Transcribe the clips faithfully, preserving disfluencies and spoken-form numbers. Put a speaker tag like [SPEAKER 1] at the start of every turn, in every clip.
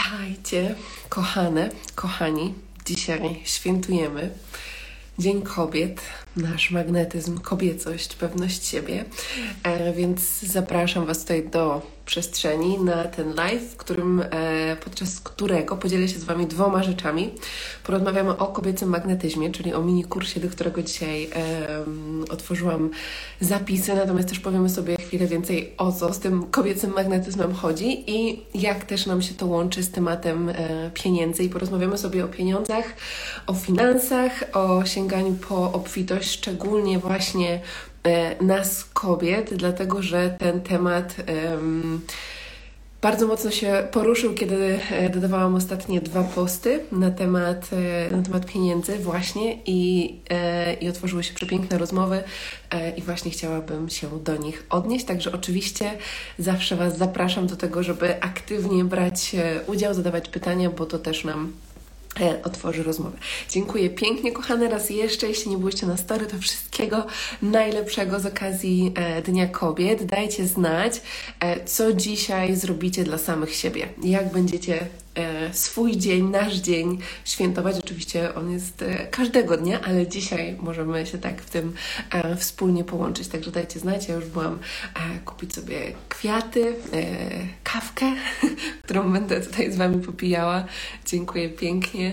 [SPEAKER 1] Witajcie, kochane, kochani. Dzisiaj świętujemy Dzień Kobiet, nasz magnetyzm, kobiecość, pewność siebie, e, więc zapraszam Was tutaj do przestrzeni na ten live, w którym, e, podczas którego podzielę się z Wami dwoma rzeczami. Porozmawiamy o kobiecym magnetyzmie, czyli o mini kursie, do którego dzisiaj e, otworzyłam zapisy, natomiast też powiemy sobie chwilę więcej, o co z tym kobiecym magnetyzmem chodzi i jak też nam się to łączy z tematem e, pieniędzy i porozmawiamy sobie o pieniądzach, o finansach, o sięganiu po obfitość, szczególnie właśnie e, nas kobiet, dlatego że ten temat um, bardzo mocno się poruszył, kiedy e, dodawałam ostatnie dwa posty na temat, e, na temat pieniędzy właśnie i, e, i otworzyły się przepiękne rozmowy e, i właśnie chciałabym się do nich odnieść, także oczywiście zawsze Was zapraszam do tego, żeby aktywnie brać e, udział, zadawać pytania, bo to też nam otworzy rozmowę. Dziękuję pięknie, kochane, raz jeszcze. Jeśli nie byłyście na story, to wszystkiego najlepszego z okazji e, Dnia Kobiet. Dajcie znać, e, co dzisiaj zrobicie dla samych siebie. Jak będziecie e, swój dzień, nasz dzień świętować. Oczywiście on jest e, każdego dnia, ale dzisiaj możemy się tak w tym e, wspólnie połączyć. Także dajcie znać. Ja już byłam e, kupić sobie kwiaty, e, kawkę, którą będę tutaj z Wami popijała. Dziękuję pięknie.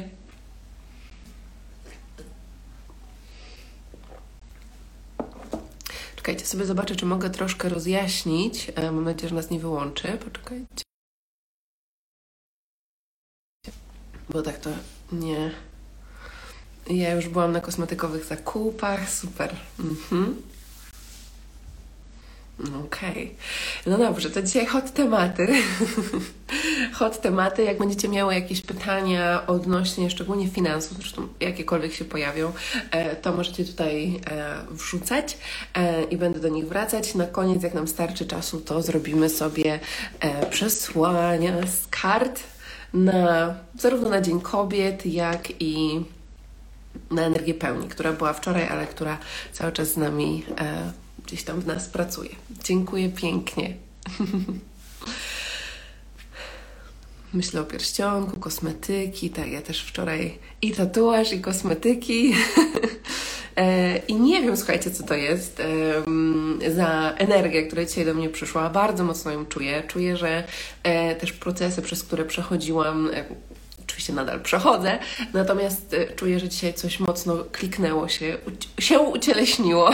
[SPEAKER 1] Czekajcie, sobie zobaczę, czy mogę troszkę rozjaśnić. E, mam nadzieję, że nas nie wyłączy. Poczekajcie. Bo tak to nie... Ja już byłam na kosmetykowych zakupach. Super. Mhm. Okej. Okay. No dobrze, to dzisiaj hot tematy. Hot tematy. Jak będziecie miały jakieś pytania odnośnie szczególnie finansów, zresztą jakiekolwiek się pojawią, to możecie tutaj wrzucać i będę do nich wracać. Na koniec, jak nam starczy czasu, to zrobimy sobie przesłania z kart na, zarówno na Dzień Kobiet, jak i na energię pełni, która była wczoraj, ale która cały czas z nami e, gdzieś tam w nas pracuje. Dziękuję pięknie. Myślę o pierścionku, kosmetyki, tak, ja też wczoraj i tatuaż, i kosmetyki. e, I nie wiem, słuchajcie, co to jest e, za energię, która dzisiaj do mnie przyszła. Bardzo mocno ją czuję. Czuję, że e, też procesy, przez które przechodziłam, e, oczywiście nadal przechodzę, natomiast czuję, że dzisiaj coś mocno kliknęło się, się ucieleśniło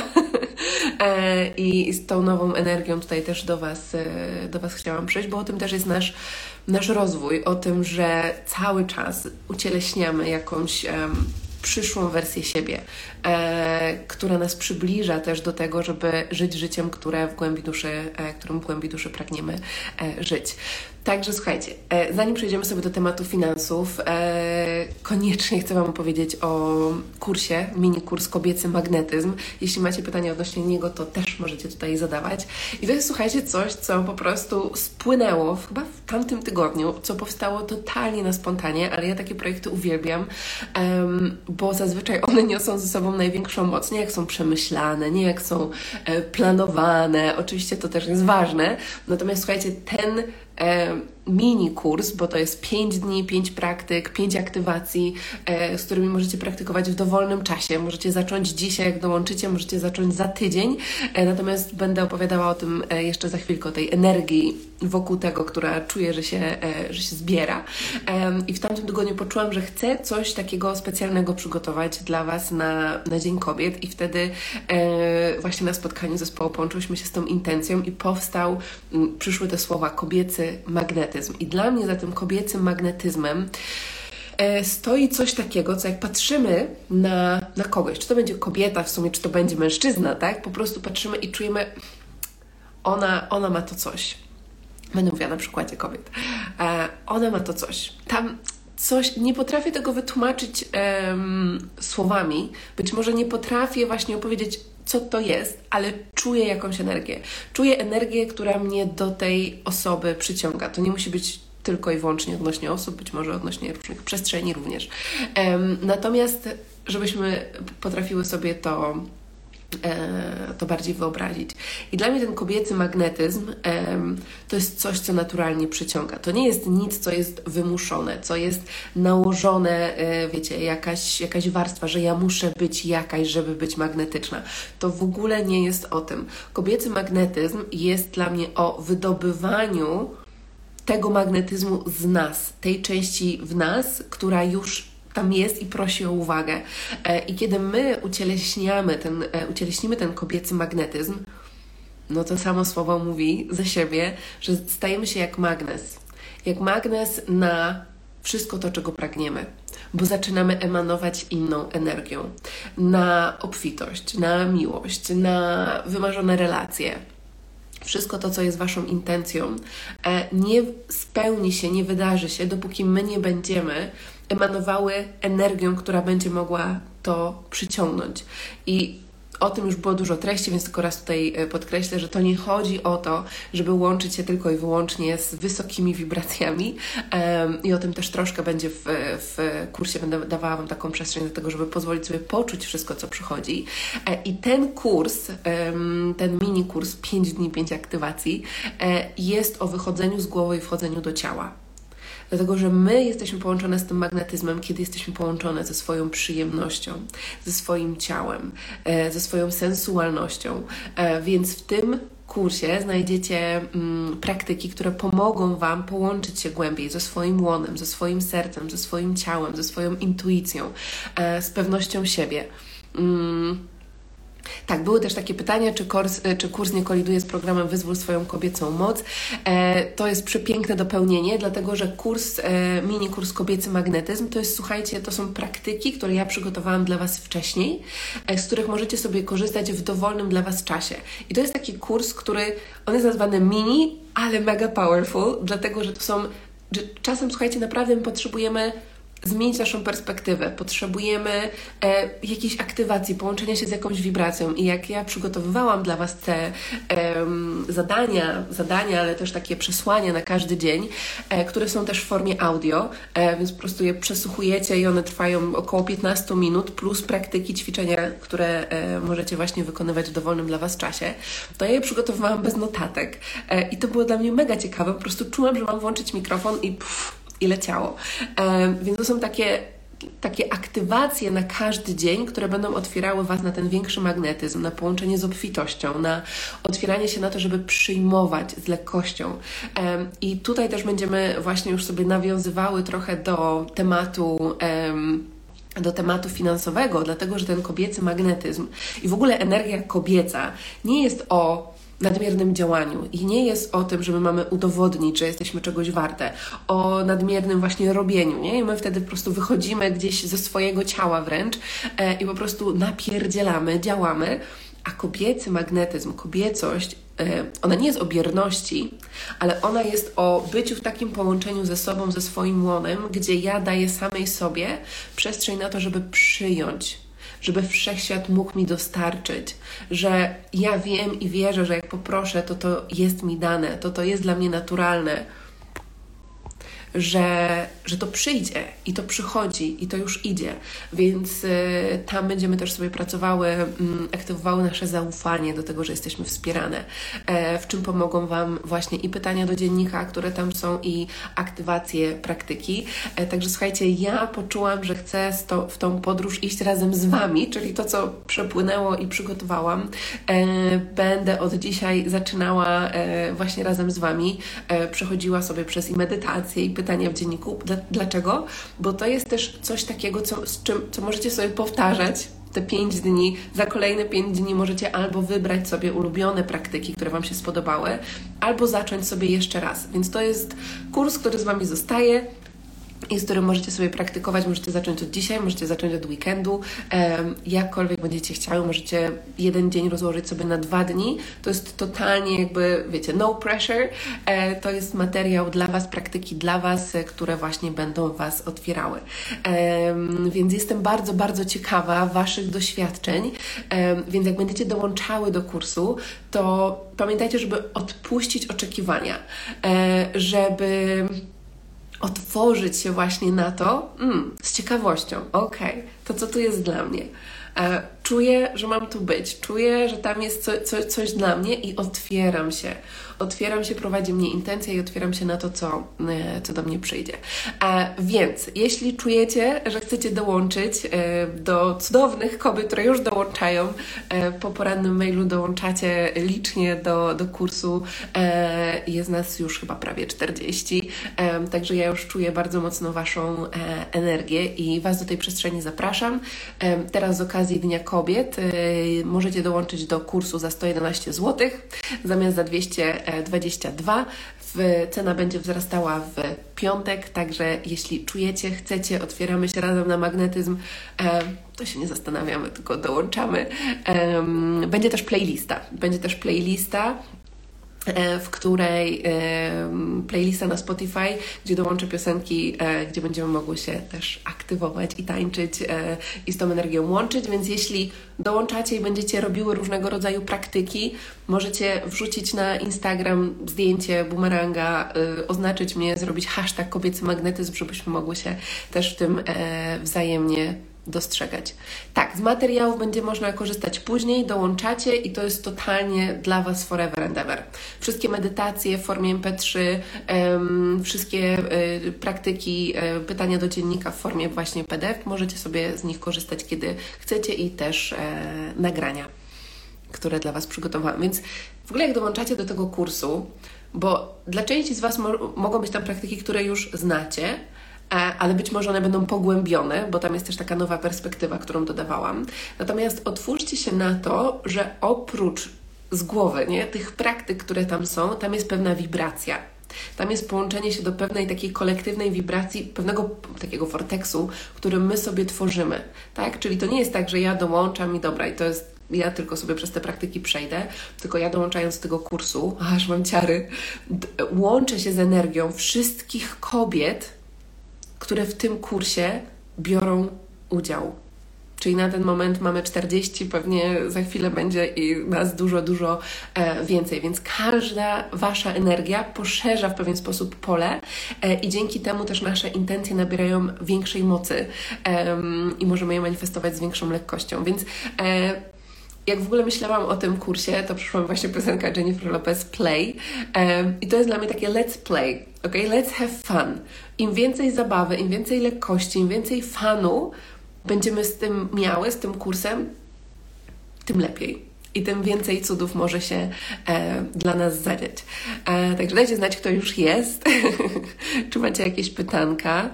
[SPEAKER 1] i z tą nową energią tutaj też do Was, do Was chciałam przyjść, bo o tym też jest nasz, nasz rozwój, o tym, że cały czas ucieleśniamy jakąś um, przyszłą wersję siebie, e, która nas przybliża też do tego, żeby żyć życiem, które w głębi duszy, e, którym w głębi duszy pragniemy e, żyć. Także słuchajcie, e, zanim przejdziemy sobie do tematu finansów, e, koniecznie chcę Wam opowiedzieć o kursie, mini kurs Kobiecy Magnetyzm. Jeśli macie pytania odnośnie niego, to też możecie tutaj zadawać. I to jest, słuchajcie, coś, co po prostu spłynęło w, chyba w tamtym tygodniu, co powstało totalnie na spontanie, ale ja takie projekty uwielbiam, um, bo zazwyczaj one niosą ze sobą największą moc, nie jak są przemyślane, nie jak są e, planowane, oczywiście to też jest ważne, natomiast słuchajcie, ten e, mini kurs, bo to jest pięć dni, pięć praktyk, pięć aktywacji, e, z którymi możecie praktykować w dowolnym czasie. Możecie zacząć dzisiaj, jak dołączycie, możecie zacząć za tydzień, e, natomiast będę opowiadała o tym e, jeszcze za chwilkę, o tej energii wokół tego, która czuję, że się, e, że się zbiera. E, I w tamtym tygodniu poczułam, że chcę coś takiego specjalnego przygotować dla Was na, na Dzień Kobiet i wtedy e, właśnie na spotkaniu zespołu połączyłyśmy się z tą intencją i powstał, m, przyszły te słowa kobiecy magnetyzm. I dla mnie za tym kobiecym magnetyzmem e, stoi coś takiego, co jak patrzymy na, na kogoś, czy to będzie kobieta w sumie, czy to będzie mężczyzna, tak? Po prostu patrzymy i czujemy, ona, ona ma to coś. Będę mówiła na przykładzie kobiet. E, ona ma to coś. Tam coś, nie potrafię tego wytłumaczyć em, słowami. Być może nie potrafię właśnie opowiedzieć, co to jest, ale czuję jakąś energię. Czuję energię, która mnie do tej osoby przyciąga. To nie musi być tylko i wyłącznie odnośnie osób, być może odnośnie różnych przestrzeni również. Um, natomiast, żebyśmy potrafiły sobie to to bardziej wyobrazić. I dla mnie ten kobiecy magnetyzm to jest coś, co naturalnie przyciąga. To nie jest nic, co jest wymuszone, co jest nałożone, wiecie, jakaś, jakaś warstwa, że ja muszę być jakaś, żeby być magnetyczna. To w ogóle nie jest o tym. Kobiecy magnetyzm jest dla mnie o wydobywaniu tego magnetyzmu z nas, tej części w nas, która już tam jest i prosi o uwagę. I kiedy my ucieleśniamy ten, ucieleśnimy ten kobiecy magnetyzm, no to samo słowo mówi za siebie, że stajemy się jak magnes. Jak magnes na wszystko to, czego pragniemy. Bo zaczynamy emanować inną energią. Na obfitość, na miłość, na wymarzone relacje. Wszystko to, co jest Waszą intencją, nie spełni się, nie wydarzy się, dopóki my nie będziemy emanowały energią, która będzie mogła to przyciągnąć. I o tym już było dużo treści, więc tylko raz tutaj podkreślę, że to nie chodzi o to, żeby łączyć się tylko i wyłącznie z wysokimi wibracjami um, i o tym też troszkę będzie w, w kursie, będę dawała Wam taką przestrzeń do tego, żeby pozwolić sobie poczuć wszystko, co przychodzi. E, I ten kurs, um, ten mini kurs pięć dni, pięć aktywacji e, jest o wychodzeniu z głowy i wchodzeniu do ciała. Dlatego, że my jesteśmy połączone z tym magnetyzmem, kiedy jesteśmy połączone ze swoją przyjemnością, ze swoim ciałem, ze swoją sensualnością. Więc w tym kursie znajdziecie mm, praktyki, które pomogą Wam połączyć się głębiej ze swoim łonem, ze swoim sercem, ze swoim ciałem, ze swoją intuicją, z pewnością siebie. Mm. Tak, były też takie pytania, czy kurs, czy kurs nie koliduje z programem Wyzwól swoją kobiecą moc. E, to jest przepiękne dopełnienie, dlatego że kurs, e, mini kurs Kobiecy Magnetyzm, to jest, słuchajcie, to są praktyki, które ja przygotowałam dla Was wcześniej, e, z których możecie sobie korzystać w dowolnym dla Was czasie. I to jest taki kurs, który, on jest nazwany mini, ale mega powerful, dlatego że to są, że czasem, słuchajcie, naprawdę my potrzebujemy zmienić naszą perspektywę. Potrzebujemy e, jakiejś aktywacji, połączenia się z jakąś wibracją. I jak ja przygotowywałam dla Was te e, zadania, zadania, ale też takie przesłania na każdy dzień, e, które są też w formie audio, e, więc po prostu je przesłuchujecie i one trwają około piętnaście minut, plus praktyki, ćwiczenia, które e, możecie właśnie wykonywać w dowolnym dla Was czasie, to ja je przygotowywałam bez notatek. E, I to było dla mnie mega ciekawe. Po prostu czułam, że mam włączyć mikrofon i pff, i leciało. E, więc to są takie, takie aktywacje na każdy dzień, które będą otwierały Was na ten większy magnetyzm, na połączenie z obfitością, na otwieranie się na to, żeby przyjmować z lekkością. E, I tutaj też będziemy właśnie już sobie nawiązywały trochę do tematu e, do tematu finansowego, dlatego że ten kobiecy magnetyzm i w ogóle energia kobieca nie jest o nadmiernym działaniu i nie jest o tym, że my mamy udowodnić, że jesteśmy czegoś warte, o nadmiernym właśnie robieniu, nie? I my wtedy po prostu wychodzimy gdzieś ze swojego ciała wręcz e, i po prostu napierdzielamy, działamy, a kobiecy magnetyzm, kobiecość, e, ona nie jest o bierności, ale ona jest o byciu w takim połączeniu ze sobą, ze swoim łonem, gdzie ja daję samej sobie przestrzeń na to, żeby przyjąć, żeby wszechświat mógł mi dostarczyć, że ja wiem i wierzę, że jak poproszę, to to jest mi dane, to to jest dla mnie naturalne, że, że to przyjdzie i to przychodzi i to już idzie, więc y, tam będziemy też sobie pracowały, y, aktywowały nasze zaufanie do tego, że jesteśmy wspierane, e, w czym pomogą Wam właśnie i pytania do dziennika, które tam są, i aktywacje, praktyki. E, także słuchajcie, ja poczułam, że chcę sto, w tą podróż iść razem z Wami, czyli to, co przepłynęło i przygotowałam, e, będę od dzisiaj zaczynała e, właśnie razem z Wami, e, przechodziła sobie przez i medytację, i pytania w dzienniku. Dlaczego? Bo to jest też coś takiego, co, z czym, co możecie sobie powtarzać te pięć dni. Za kolejne pięć dni możecie albo wybrać sobie ulubione praktyki, które Wam się spodobały, albo zacząć sobie jeszcze raz. Więc to jest kurs, który z Wami zostaje i z którym możecie sobie praktykować. Możecie zacząć od dzisiaj, możecie zacząć od weekendu, um, jakkolwiek będziecie chciały. Możecie jeden dzień rozłożyć sobie na dwa dni. To jest totalnie jakby, wiecie, no pressure. E, to jest materiał dla Was, praktyki dla Was, e, które właśnie będą Was otwierały. E, więc jestem bardzo, bardzo ciekawa Waszych doświadczeń. E, więc jak będziecie dołączały do kursu, to pamiętajcie, żeby odpuścić oczekiwania, e, żeby otworzyć się właśnie na to mm, z ciekawością. Okej, okay, to co tu jest dla mnie? E, czuję, że mam tu być, czuję, że tam jest co, co, coś dla mnie i otwieram się. Otwieram się, prowadzi mnie intencja i otwieram się na to, co, e, co do mnie przyjdzie. E, więc jeśli czujecie, że chcecie dołączyć e, do cudownych kobiet, które już dołączają, e, po porannym mailu dołączacie licznie do, do kursu. E, jest nas już chyba prawie czterdzieści, e, także ja już czuję bardzo mocno Waszą e, energię i Was do tej przestrzeni zapraszam. E, teraz z okazji Dnia Kobiet e, możecie dołączyć do kursu za sto jedenaście złotych zamiast za dwieście dwadzieścia dwa. W, cena będzie wzrastała w piątek, także jeśli czujecie, chcecie, otwieramy się razem na magnetyzm, e, to się nie zastanawiamy, tylko dołączamy. E, będzie też playlista. Będzie też playlista, w której playlista na Spotify, gdzie dołączę piosenki, gdzie będziemy mogły się też aktywować i tańczyć i z tą energią łączyć, więc jeśli dołączacie i będziecie robiły różnego rodzaju praktyki, możecie wrzucić na Instagram zdjęcie bumeranga, oznaczyć mnie, zrobić hashtag kobiecy magnetyzm, żebyśmy mogły się też w tym wzajemnie dostrzegać. Tak, z materiałów będzie można korzystać później, dołączacie i to jest totalnie dla Was forever and ever. Wszystkie medytacje w formie em pe trzy, um, wszystkie y, praktyki, y, pytania do dziennika w formie właśnie pe de ef, możecie sobie z nich korzystać, kiedy chcecie i też y, nagrania, które dla Was przygotowałam. Więc w ogóle jak dołączacie do tego kursu, bo dla części z Was mo- mogą być tam praktyki, które już znacie, ale być może one będą pogłębione, bo tam jest też taka nowa perspektywa, którą dodawałam. Natomiast otwórzcie się na to, że oprócz z głowy, nie, tych praktyk, które tam są, tam jest pewna wibracja. Tam jest połączenie się do pewnej takiej kolektywnej wibracji, pewnego takiego vorteksu, który my sobie tworzymy, tak? Czyli to nie jest tak, że ja dołączam i dobra, i to jest, ja tylko sobie przez te praktyki przejdę, tylko ja dołączając do tego kursu, aż mam ciary, łączę się z energią wszystkich kobiet, które w tym kursie biorą udział. Czyli na ten moment mamy czterdzieści, pewnie za chwilę będzie i nas dużo, dużo e, więcej. Więc każda Wasza energia poszerza w pewien sposób pole e, i dzięki temu też nasze intencje nabierają większej mocy e, i możemy je manifestować z większą lekkością. Więc e, jak w ogóle myślałam o tym kursie, to przyszła mi właśnie piosenka Jennifer Lopez Play um, i to jest dla mnie takie let's play, ok? Let's have fun. Im więcej zabawy, im więcej lekkości, im więcej fanu będziemy z tym miały, z tym kursem, tym lepiej. I tym więcej cudów może się e, dla nas zadziać. E, także dajcie znać, kto już jest. Czy macie jakieś pytanka?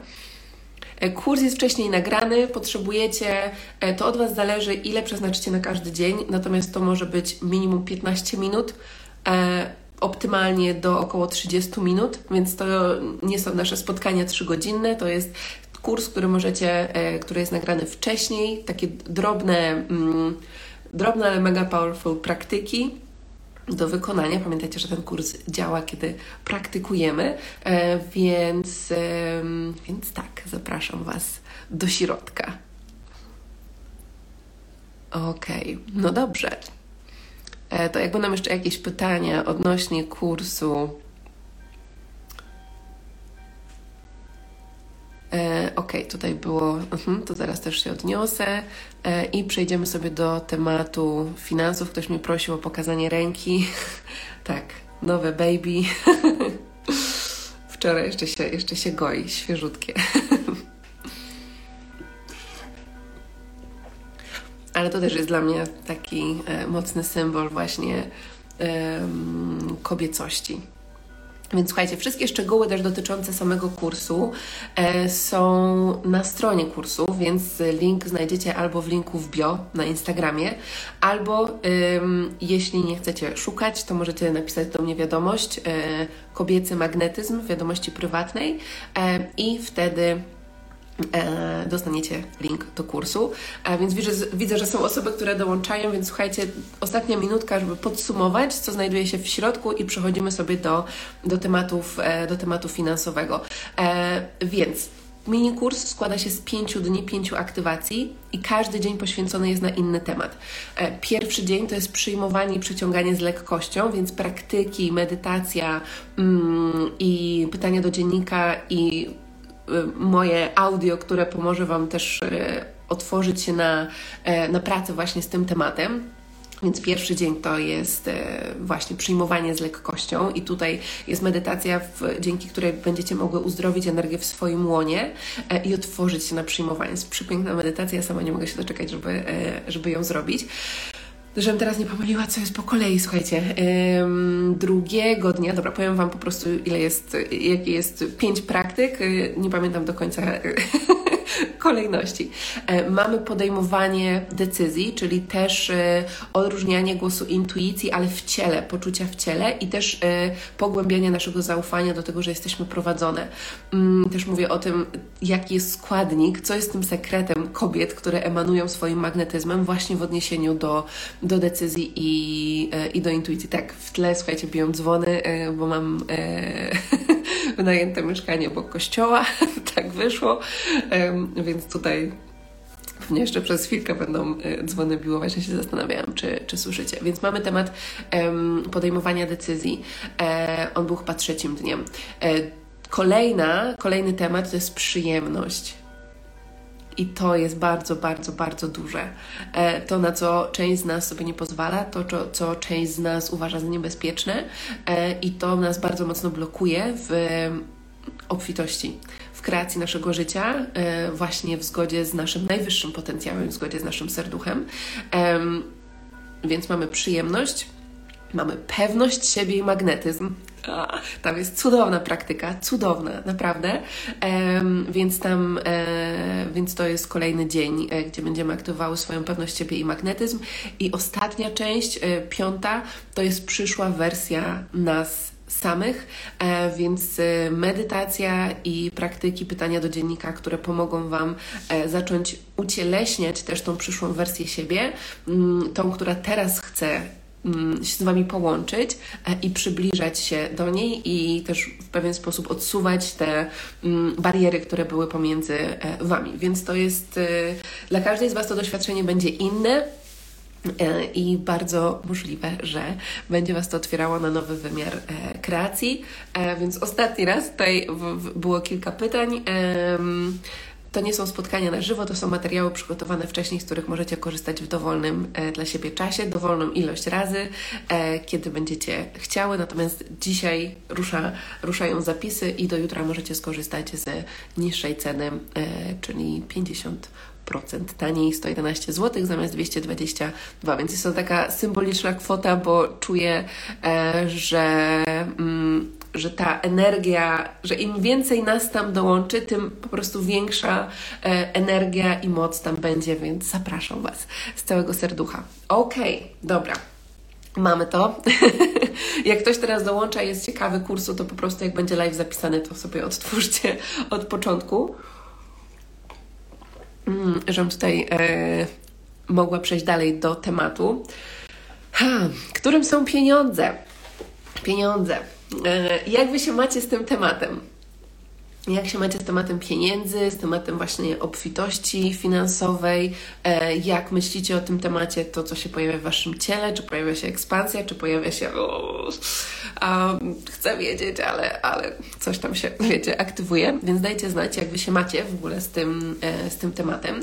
[SPEAKER 1] Kurs jest wcześniej nagrany, potrzebujecie, to od Was zależy, ile przeznaczycie na każdy dzień, natomiast to może być minimum piętnaście minut, e, optymalnie do około trzydzieści minut, więc to nie są nasze spotkania trzygodzinne, to jest kurs, który możecie, e, który jest nagrany wcześniej, takie drobne, mm, drobne, ale mega powerful praktyki do wykonania. Pamiętajcie, że ten kurs działa, kiedy praktykujemy, e, więc, e, więc tak, zapraszam Was do środka. Okej, okay. No dobrze. E, to jak będą jeszcze jakieś pytania odnośnie kursu, E, ok, tutaj było, uh-huh, to zaraz też się odniosę e, i przejdziemy sobie do tematu finansów. Ktoś mnie prosił o pokazanie ręki. Tak, nowe baby. Wczoraj jeszcze się, jeszcze się goi, świeżutkie. Ale to też jest dla mnie taki e, mocny symbol właśnie e, kobiecości. Więc słuchajcie, wszystkie szczegóły też dotyczące samego kursu e, są na stronie kursu, więc link znajdziecie albo w linku w bio na Instagramie, albo ym, jeśli nie chcecie szukać, to możecie napisać do mnie wiadomość e, kobiecy magnetyzm w wiadomości prywatnej e, i wtedy E, dostaniecie link do kursu. E, więc widzę, widzę, że są osoby, które dołączają, więc słuchajcie, ostatnia minutka, żeby podsumować, co znajduje się w środku i przechodzimy sobie do, do, tematów, e, do tematu finansowego. E, więc mini kurs składa się z pięciu dni, pięciu aktywacji i każdy dzień poświęcony jest na inny temat. E, pierwszy dzień to jest przyjmowanie i przeciąganie z lekkością, więc praktyki, medytacja mm, i pytania do dziennika i moje audio, które pomoże Wam też otworzyć się na, na pracę właśnie z tym tematem. Więc pierwszy dzień to jest właśnie przyjmowanie z lekkością i tutaj jest medytacja, w, dzięki której będziecie mogły uzdrowić energię w swoim łonie i otworzyć się na przyjmowanie. Jest przepiękna medytacja, ja sama nie mogę się doczekać, żeby, żeby ją zrobić. Żebym teraz nie pomyliła, co jest po kolei, słuchajcie. Ym, drugiego dnia, dobra, powiem Wam po prostu, ile jest, jakie jest pięć praktyk, yy, nie pamiętam do końca kolejności. E, mamy podejmowanie decyzji, czyli też e, odróżnianie głosu intuicji, ale w ciele, poczucia w ciele i też e, pogłębianie naszego zaufania do tego, że jesteśmy prowadzone. Mm, też mówię o tym, jaki jest składnik, co jest tym sekretem kobiet, które emanują swoim magnetyzmem właśnie w odniesieniu do, do decyzji i, e, i do intuicji. Tak, w tle, słuchajcie, biją dzwony, e, bo mam e, wynajęte mieszkanie obok kościoła, tak wyszło, um, więc tutaj pewnie jeszcze przez chwilkę będą dzwony biło, właśnie się zastanawiałam, czy, czy słyszycie. Więc mamy temat um, podejmowania decyzji. E, on był chyba trzecim dniem. E, kolejna, kolejny temat to jest przyjemność. I to jest bardzo, bardzo, bardzo duże. E, to, na co część z nas sobie nie pozwala, to, co, co część z nas uważa za niebezpieczne e, i to nas bardzo mocno blokuje w obfitości, w kreacji naszego życia, e, właśnie w zgodzie z naszym najwyższym potencjałem, w zgodzie z naszym serduchem. E, więc mamy przyjemność, mamy pewność siebie i magnetyzm. A, tam jest cudowna praktyka, cudowna, naprawdę. E, więc tam, e, więc to jest kolejny dzień, e, gdzie będziemy aktywowały swoją pewność siebie i magnetyzm. I ostatnia część, e, piąta, to jest przyszła wersja nas samych, e, więc e, medytacja i praktyki pytania do dziennika, które pomogą Wam e, zacząć ucieleśniać też tą przyszłą wersję siebie, m, tą, która teraz chce się z Wami połączyć i przybliżać się do niej i też w pewien sposób odsuwać te bariery, które były pomiędzy Wami. Więc to jest, dla każdej z Was to doświadczenie będzie inne i bardzo możliwe, że będzie Was to otwierało na nowy wymiar kreacji. Więc ostatni raz tutaj było kilka pytań. To nie są spotkania na żywo, to są materiały przygotowane wcześniej, z których możecie korzystać w dowolnym e, dla siebie czasie, dowolną ilość razy, e, kiedy będziecie chciały. Natomiast dzisiaj rusza, ruszają zapisy i do jutra możecie skorzystać z niższej ceny, e, czyli pięćdziesiąt procent taniej, sto jedenaście złotych zamiast dwieście dwadzieścia dwa, więc jest to taka symboliczna kwota, bo czuję, e, że... Mm, że ta energia, że im więcej nas tam dołączy, tym po prostu większa e, energia i moc tam będzie, więc zapraszam Was z całego serducha. Okej, okay, dobra. Mamy to. Jak ktoś teraz dołącza i jest ciekawy kursu, to po prostu jak będzie live zapisany, to sobie odtwórzcie od początku. Mm, żebym tutaj e, mogła przejść dalej do tematu. Ha, którym są pieniądze? Pieniądze. Jak Wy się macie z tym tematem? Jak się macie z tematem pieniędzy, z tematem właśnie obfitości finansowej? Jak myślicie o tym temacie, to co się pojawia w Waszym ciele? Czy pojawia się ekspansja, czy pojawia się o, um, chcę wiedzieć, ale, ale coś tam się, wiecie, aktywuje. Więc dajcie znać, jak Wy się macie w ogóle z tym, z tym tematem.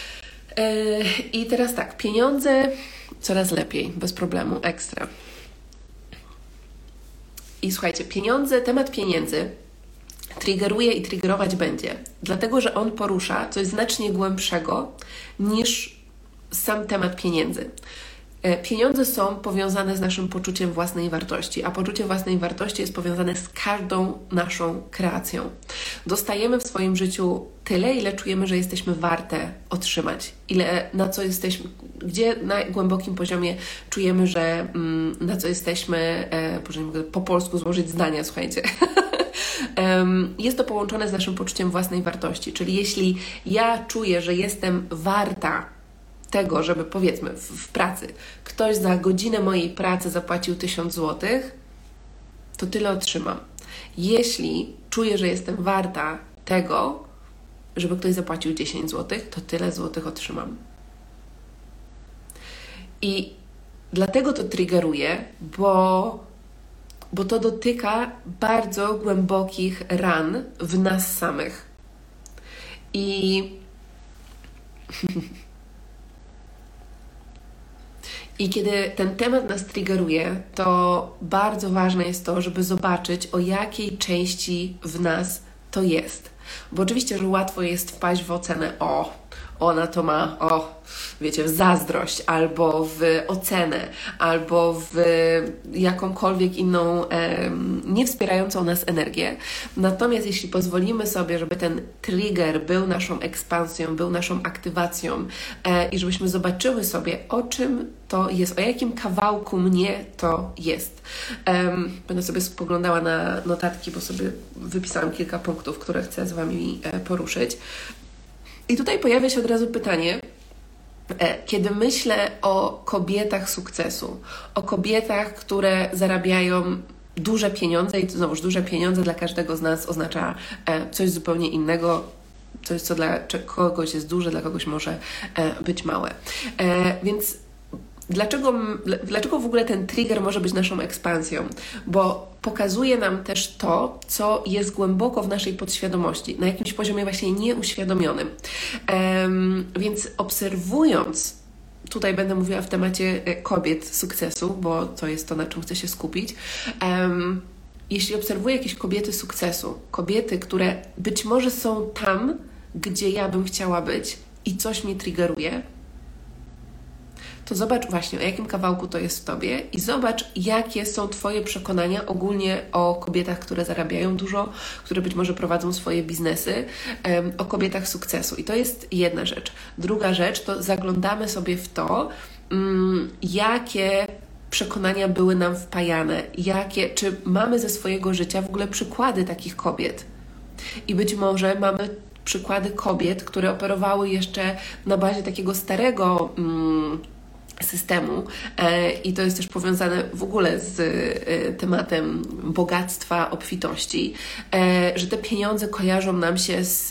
[SPEAKER 1] I teraz tak, pieniądze coraz lepiej, bez problemu, ekstra. I słuchajcie, pieniądze, temat pieniędzy triggeruje i triggerować będzie, dlatego że on porusza coś znacznie głębszego niż sam temat pieniędzy. Pieniądze są powiązane z naszym poczuciem własnej wartości, a poczucie własnej wartości jest powiązane z każdą naszą kreacją. Dostajemy w swoim życiu tyle, ile czujemy, że jesteśmy warte otrzymać, ile na co jesteśmy, gdzie na głębokim poziomie czujemy, że na co jesteśmy, e, Boże, nie mogę po polsku złożyć zdania, słuchajcie. Jest to połączone z naszym poczuciem własnej wartości, czyli jeśli ja czuję, że jestem warta tego, żeby powiedzmy w, w pracy ktoś za godzinę mojej pracy zapłacił tysiąc złotych, to tyle otrzymam. Jeśli czuję, że jestem warta tego, żeby ktoś zapłacił dziesięć złotych, to tyle złotych otrzymam. I dlatego to triggeruje, bo, bo to dotyka bardzo głębokich ran w nas samych. I I kiedy ten temat nas triggeruje, to bardzo ważne jest to, żeby zobaczyć, o jakiej części w nas to jest. Bo oczywiście, że łatwo jest wpaść w ocenę, o, ona to ma, o, wiecie, w zazdrość, albo w ocenę, albo w jakąkolwiek inną em, niewspierającą nas energię. Natomiast jeśli pozwolimy sobie, żeby ten trigger był naszą ekspansją, był naszą aktywacją e, i żebyśmy zobaczyły sobie, o czym to jest, o jakim kawałku mnie to jest. Um, będę sobie spoglądała na notatki, bo sobie wypisałam kilka punktów, które chcę z Wami e, poruszyć. I tutaj pojawia się od razu pytanie, e, kiedy myślę o kobietach sukcesu, o kobietach, które zarabiają duże pieniądze i to znowuż duże pieniądze dla każdego z nas oznacza e, coś zupełnie innego, coś, co dla kogoś jest duże, dla kogoś może e, być małe. E, więc Dlaczego, dlaczego w ogóle ten trigger może być naszą ekspansją? Bo pokazuje nam też to, co jest głęboko w naszej podświadomości, na jakimś poziomie właśnie nieuświadomionym. Um, więc obserwując, tutaj będę mówiła w temacie kobiet sukcesu, bo to jest to, na czym chcę się skupić. Um, jeśli obserwuję jakieś kobiety sukcesu, kobiety, które być może są tam, gdzie ja bym chciała być i coś mnie triggeruje, to zobacz właśnie, o jakim kawałku to jest w Tobie i zobacz, jakie są Twoje przekonania ogólnie o kobietach, które zarabiają dużo, które być może prowadzą swoje biznesy, um, o kobietach sukcesu. I to jest jedna rzecz. Druga rzecz to zaglądamy sobie w to, um, jakie przekonania były nam wpajane, jakie, czy mamy ze swojego życia w ogóle przykłady takich kobiet. I być może mamy przykłady kobiet, które operowały jeszcze na bazie takiego starego um, systemu i to jest też powiązane w ogóle z tematem bogactwa, obfitości, że te pieniądze kojarzą nam się z,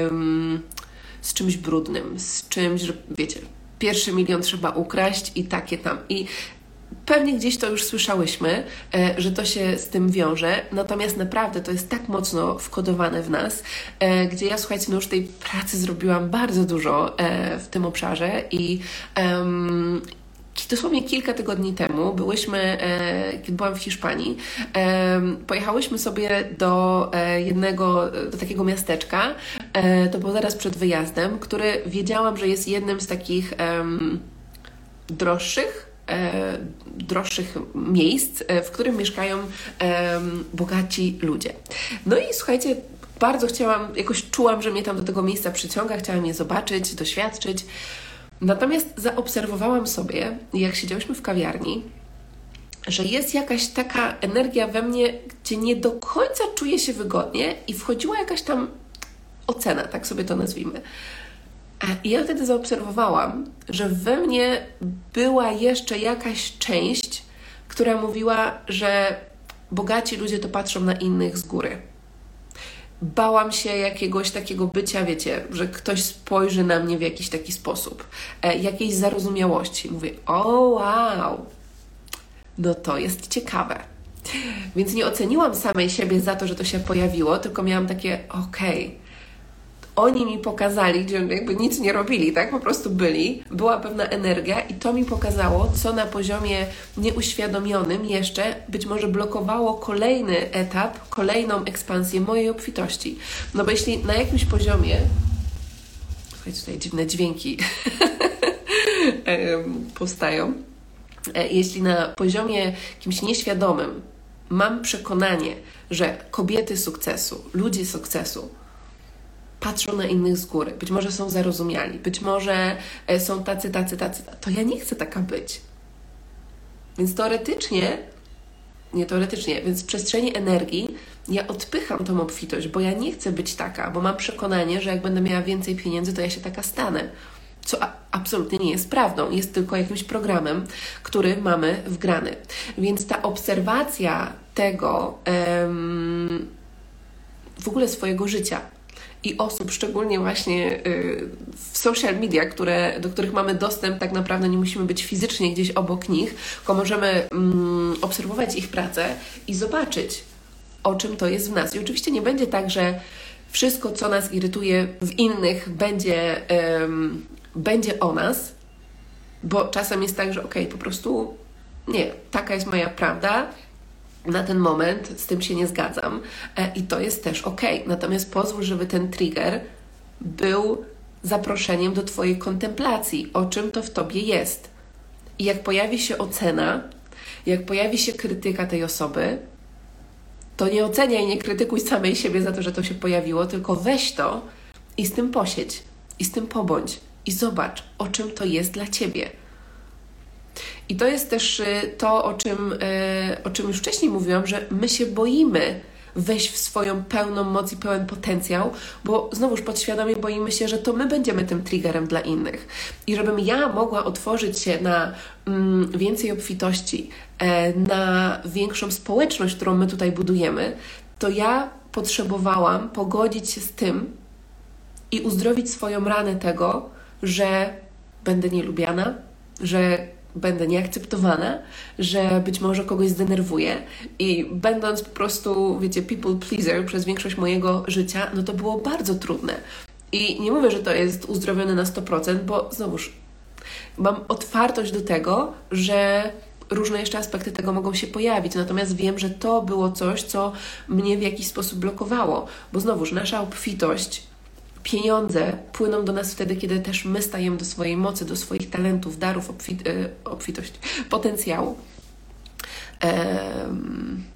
[SPEAKER 1] z czymś brudnym, z czymś, że wiecie, pierwszy milion trzeba ukraść i takie tam. I pewnie gdzieś to już słyszałyśmy, że to się z tym wiąże, natomiast naprawdę to jest tak mocno wkodowane w nas, gdzie ja, słuchajcie, no już tej pracy zrobiłam bardzo dużo w tym obszarze i um, dosłownie kilka tygodni temu byłyśmy, kiedy byłam w Hiszpanii, pojechałyśmy sobie do jednego, do takiego miasteczka, to było zaraz przed wyjazdem, który wiedziałam, że jest jednym z takich um, droższych, E, droższych miejsc, e, w którym mieszkają e, bogaci ludzie. No i słuchajcie, bardzo chciałam, jakoś czułam, że mnie tam do tego miejsca przyciąga, chciałam je zobaczyć, doświadczyć. Natomiast zaobserwowałam sobie, jak siedziałyśmy w kawiarni, że jest jakaś taka energia we mnie, gdzie nie do końca czuję się wygodnie i wchodziła jakaś tam ocena, tak sobie to nazwijmy. I ja wtedy zaobserwowałam, że we mnie była jeszcze jakaś część, która mówiła, że bogaci ludzie to patrzą na innych z góry. Bałam się jakiegoś takiego bycia, wiecie, że ktoś spojrzy na mnie w jakiś taki sposób, e, jakiejś zarozumiałości. Mówię, o wow, no to jest ciekawe. Więc nie oceniłam samej siebie za to, że to się pojawiło, tylko miałam takie, okej, okay, oni mi pokazali, gdzie jakby nic nie robili, tak? Po prostu byli. Była pewna energia i to mi pokazało, co na poziomie nieuświadomionym jeszcze być może blokowało kolejny etap, kolejną ekspansję mojej obfitości. No bo jeśli na jakimś poziomie... Słuchajcie, tutaj dziwne dźwięki powstają. Jeśli na poziomie jakimś nieświadomym mam przekonanie, że kobiety sukcesu, ludzie sukcesu patrzą na innych z góry, być może są zarozumiali, być może są tacy, tacy, tacy, to ja nie chcę taka być. Więc teoretycznie, nie teoretycznie, więc w przestrzeni energii ja odpycham tą obfitość, bo ja nie chcę być taka, bo mam przekonanie, że jak będę miała więcej pieniędzy, to ja się taka stanę. Co a- absolutnie nie jest prawdą. Jest tylko jakimś programem, który mamy wgrany. Więc ta obserwacja tego em, w ogóle swojego życia i osób, szczególnie właśnie y, w social media, które, do których mamy dostęp, tak naprawdę nie musimy być fizycznie gdzieś obok nich, tylko możemy mm, obserwować ich pracę i zobaczyć, o czym to jest w nas. I oczywiście nie będzie tak, że wszystko, co nas irytuje w innych, będzie ym, będzie o nas, bo czasem jest tak, że okej, okay, po prostu nie, taka jest moja prawda, na ten moment z tym się nie zgadzam i to jest też okej. Okay. Natomiast pozwól, żeby ten trigger był zaproszeniem do Twojej kontemplacji, o czym to w Tobie jest. I jak pojawi się ocena, jak pojawi się krytyka tej osoby, to nie oceniaj, nie krytykuj samej siebie za to, że to się pojawiło, tylko weź to i z tym posiedź, i z tym pobądź, i zobacz, o czym to jest dla Ciebie. I to jest też to, o czym, o czym już wcześniej mówiłam, że my się boimy wejść w swoją pełną moc i pełen potencjał, bo znowuż podświadomie boimy się, że to my będziemy tym triggerem dla innych. I żebym ja mogła otworzyć się na mm, więcej obfitości, e, na większą społeczność, którą my tutaj budujemy, to ja potrzebowałam pogodzić się z tym i uzdrowić swoją ranę tego, że będę nielubiana, że będę nieakceptowana, że być może kogoś zdenerwuję i będąc po prostu, wiecie, people pleaser przez większość mojego życia, no to było bardzo trudne. I nie mówię, że to jest uzdrowione na sto procent, bo znowuż mam otwartość do tego, że różne jeszcze aspekty tego mogą się pojawić, natomiast wiem, że to było coś, co mnie w jakiś sposób blokowało, bo znowuż nasza obfitość, pieniądze płyną do nas wtedy, kiedy też my stajemy do swojej mocy, do swoich talentów, darów, obfit- e, obfitości, potencjału. Um,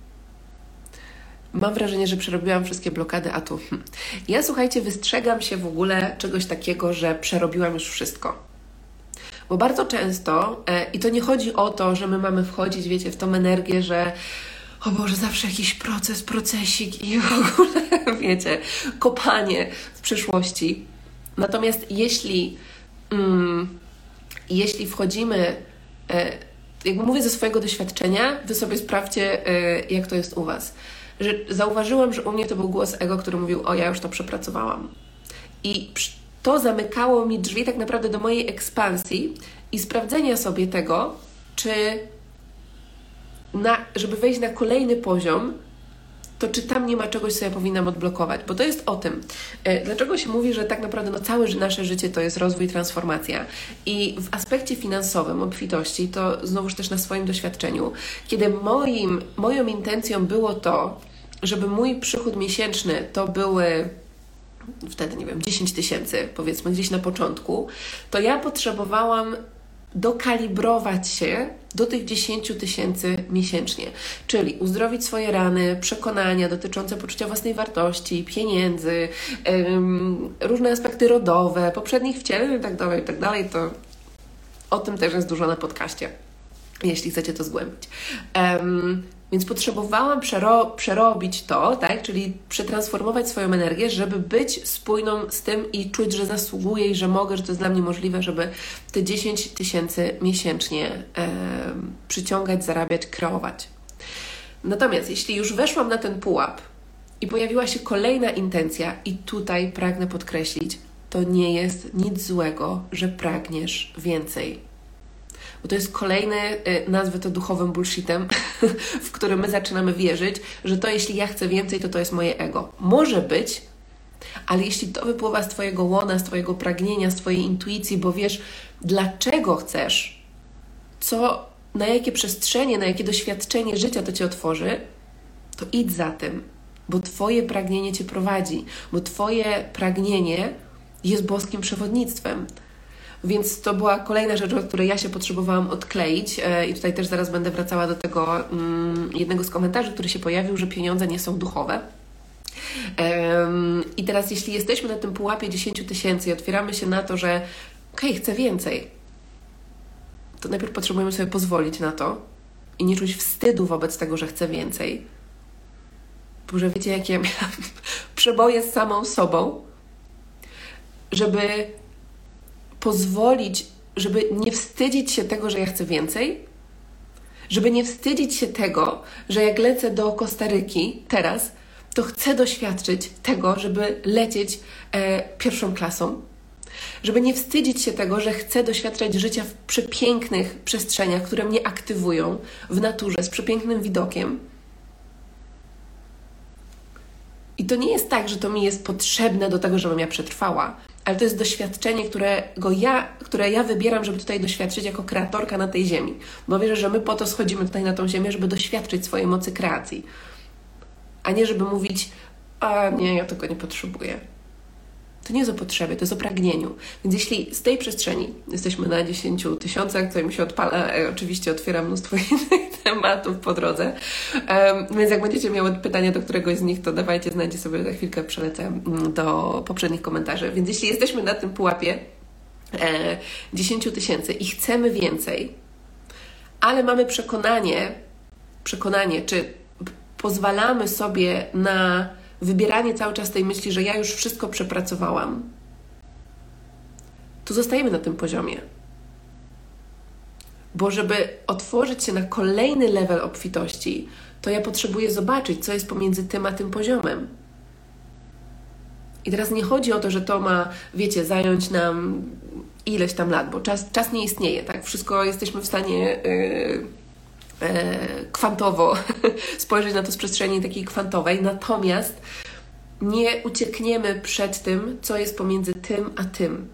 [SPEAKER 1] mam wrażenie, że przerobiłam wszystkie blokady, a tu... Hm. Ja, słuchajcie, wystrzegam się w ogóle czegoś takiego, że przerobiłam już wszystko. Bo bardzo często, e, i to nie chodzi o to, że my mamy wchodzić, wiecie, w tą energię, że o Boże, zawsze jakiś proces, procesik i w ogóle, wiecie, kopanie w przyszłości. Natomiast jeśli, mm, jeśli wchodzimy, e, jakby mówię ze swojego doświadczenia, Wy sobie sprawdźcie, e, jak to jest u Was. Że zauważyłam, że u mnie to był głos ego, który mówił, o ja już to przepracowałam. I to zamykało mi drzwi tak naprawdę do mojej ekspansji i sprawdzenia sobie tego, czy Na, żeby wejść na kolejny poziom, to czy tam nie ma czegoś, co ja powinnam odblokować. Bo to jest o tym. Dlaczego się mówi, że tak naprawdę no, całe nasze życie to jest rozwój, transformacja. I w aspekcie finansowym, obfitości, to znowuż też na swoim doświadczeniu, kiedy moim, moją intencją było to, żeby mój przychód miesięczny to były wtedy, nie wiem, dziesięć tysięcy, powiedzmy gdzieś na początku, to ja potrzebowałam dokalibrować się do tych dziesięć tysięcy miesięcznie, czyli uzdrowić swoje rany, przekonania dotyczące poczucia własnej wartości, pieniędzy, ym, różne aspekty rodowe, poprzednich wcieleń i tak dalej, i tak dalej, to o tym też jest dużo na podcaście, jeśli chcecie to zgłębić. Um, Więc potrzebowałam przero- przerobić to, tak? Czyli przetransformować swoją energię, żeby być spójną z tym i czuć, że zasługuję i że mogę, że to jest dla mnie możliwe, żeby te dziesięć tysięcy miesięcznie e, przyciągać, zarabiać, kreować. Natomiast jeśli już weszłam na ten pułap i pojawiła się kolejna intencja i tutaj pragnę podkreślić, to nie jest nic złego, że pragniesz więcej. Bo to jest kolejny, nazwę to duchowym bullshitem, w którym my zaczynamy wierzyć, że to jeśli ja chcę więcej, to to jest moje ego. Może być, ale jeśli to wypływa z Twojego łona, z Twojego pragnienia, z Twojej intuicji, bo wiesz, dlaczego chcesz, co, na jakie przestrzenie, na jakie doświadczenie życia to Cię otworzy, to idź za tym, bo Twoje pragnienie Cię prowadzi, bo Twoje pragnienie jest boskim przewodnictwem. Więc to była kolejna rzecz, od której ja się potrzebowałam odkleić i tutaj też zaraz będę wracała do tego um, jednego z komentarzy, który się pojawił, że pieniądze nie są duchowe. Um, I teraz jeśli jesteśmy na tym pułapie dziesięć tysięcy i otwieramy się na to, że okej, okay, chcę więcej, to najpierw potrzebujemy sobie pozwolić na to i nie czuć wstydu wobec tego, że chcę więcej. Bo że wiecie, jakie ja miałam przeboje z samą sobą, żeby pozwolić, żeby nie wstydzić się tego, że ja chcę więcej, żeby nie wstydzić się tego, że jak lecę do Kostaryki teraz, to chcę doświadczyć tego, żeby lecieć e, pierwszą klasą, żeby nie wstydzić się tego, że chcę doświadczać życia w przepięknych przestrzeniach, które mnie aktywują w naturze, z przepięknym widokiem. I to nie jest tak, że to mi jest potrzebne do tego, żebym ja przetrwała, ale to jest doświadczenie, którego ja, które ja wybieram, żeby tutaj doświadczyć jako kreatorka na tej ziemi. Bo wierzę, że my po to schodzimy tutaj na tą ziemię, żeby doświadczyć swojej mocy kreacji. A nie żeby mówić, a nie, ja tego nie potrzebuję. To nie jest o potrzebie, to jest o pragnieniu. Więc jeśli z tej przestrzeni jesteśmy na dziesięciu tysiącach, to mi się odpala, e, oczywiście otwieram mnóstwo innych tematów po drodze. Um, więc jak będziecie miały pytania do któregoś z nich, to dawajcie, znajdzie sobie, za chwilkę przelecę do poprzednich komentarzy. Więc jeśli jesteśmy na tym pułapie e, dziesięciu tysięcy i chcemy więcej, ale mamy przekonanie, przekonanie, czy pozwalamy sobie na wybieranie cały czas tej myśli, że ja już wszystko przepracowałam, to zostajemy na tym poziomie. Bo żeby otworzyć się na kolejny level obfitości, to ja potrzebuję zobaczyć, co jest pomiędzy tym a tym poziomem. I teraz nie chodzi o to, że to ma, wiecie, zająć nam ileś tam lat, bo czas, czas nie istnieje, tak? Wszystko jesteśmy w stanie Yy, kwantowo spojrzeć na to z przestrzeni takiej kwantowej, natomiast nie uciekniemy przed tym, co jest pomiędzy tym a tym.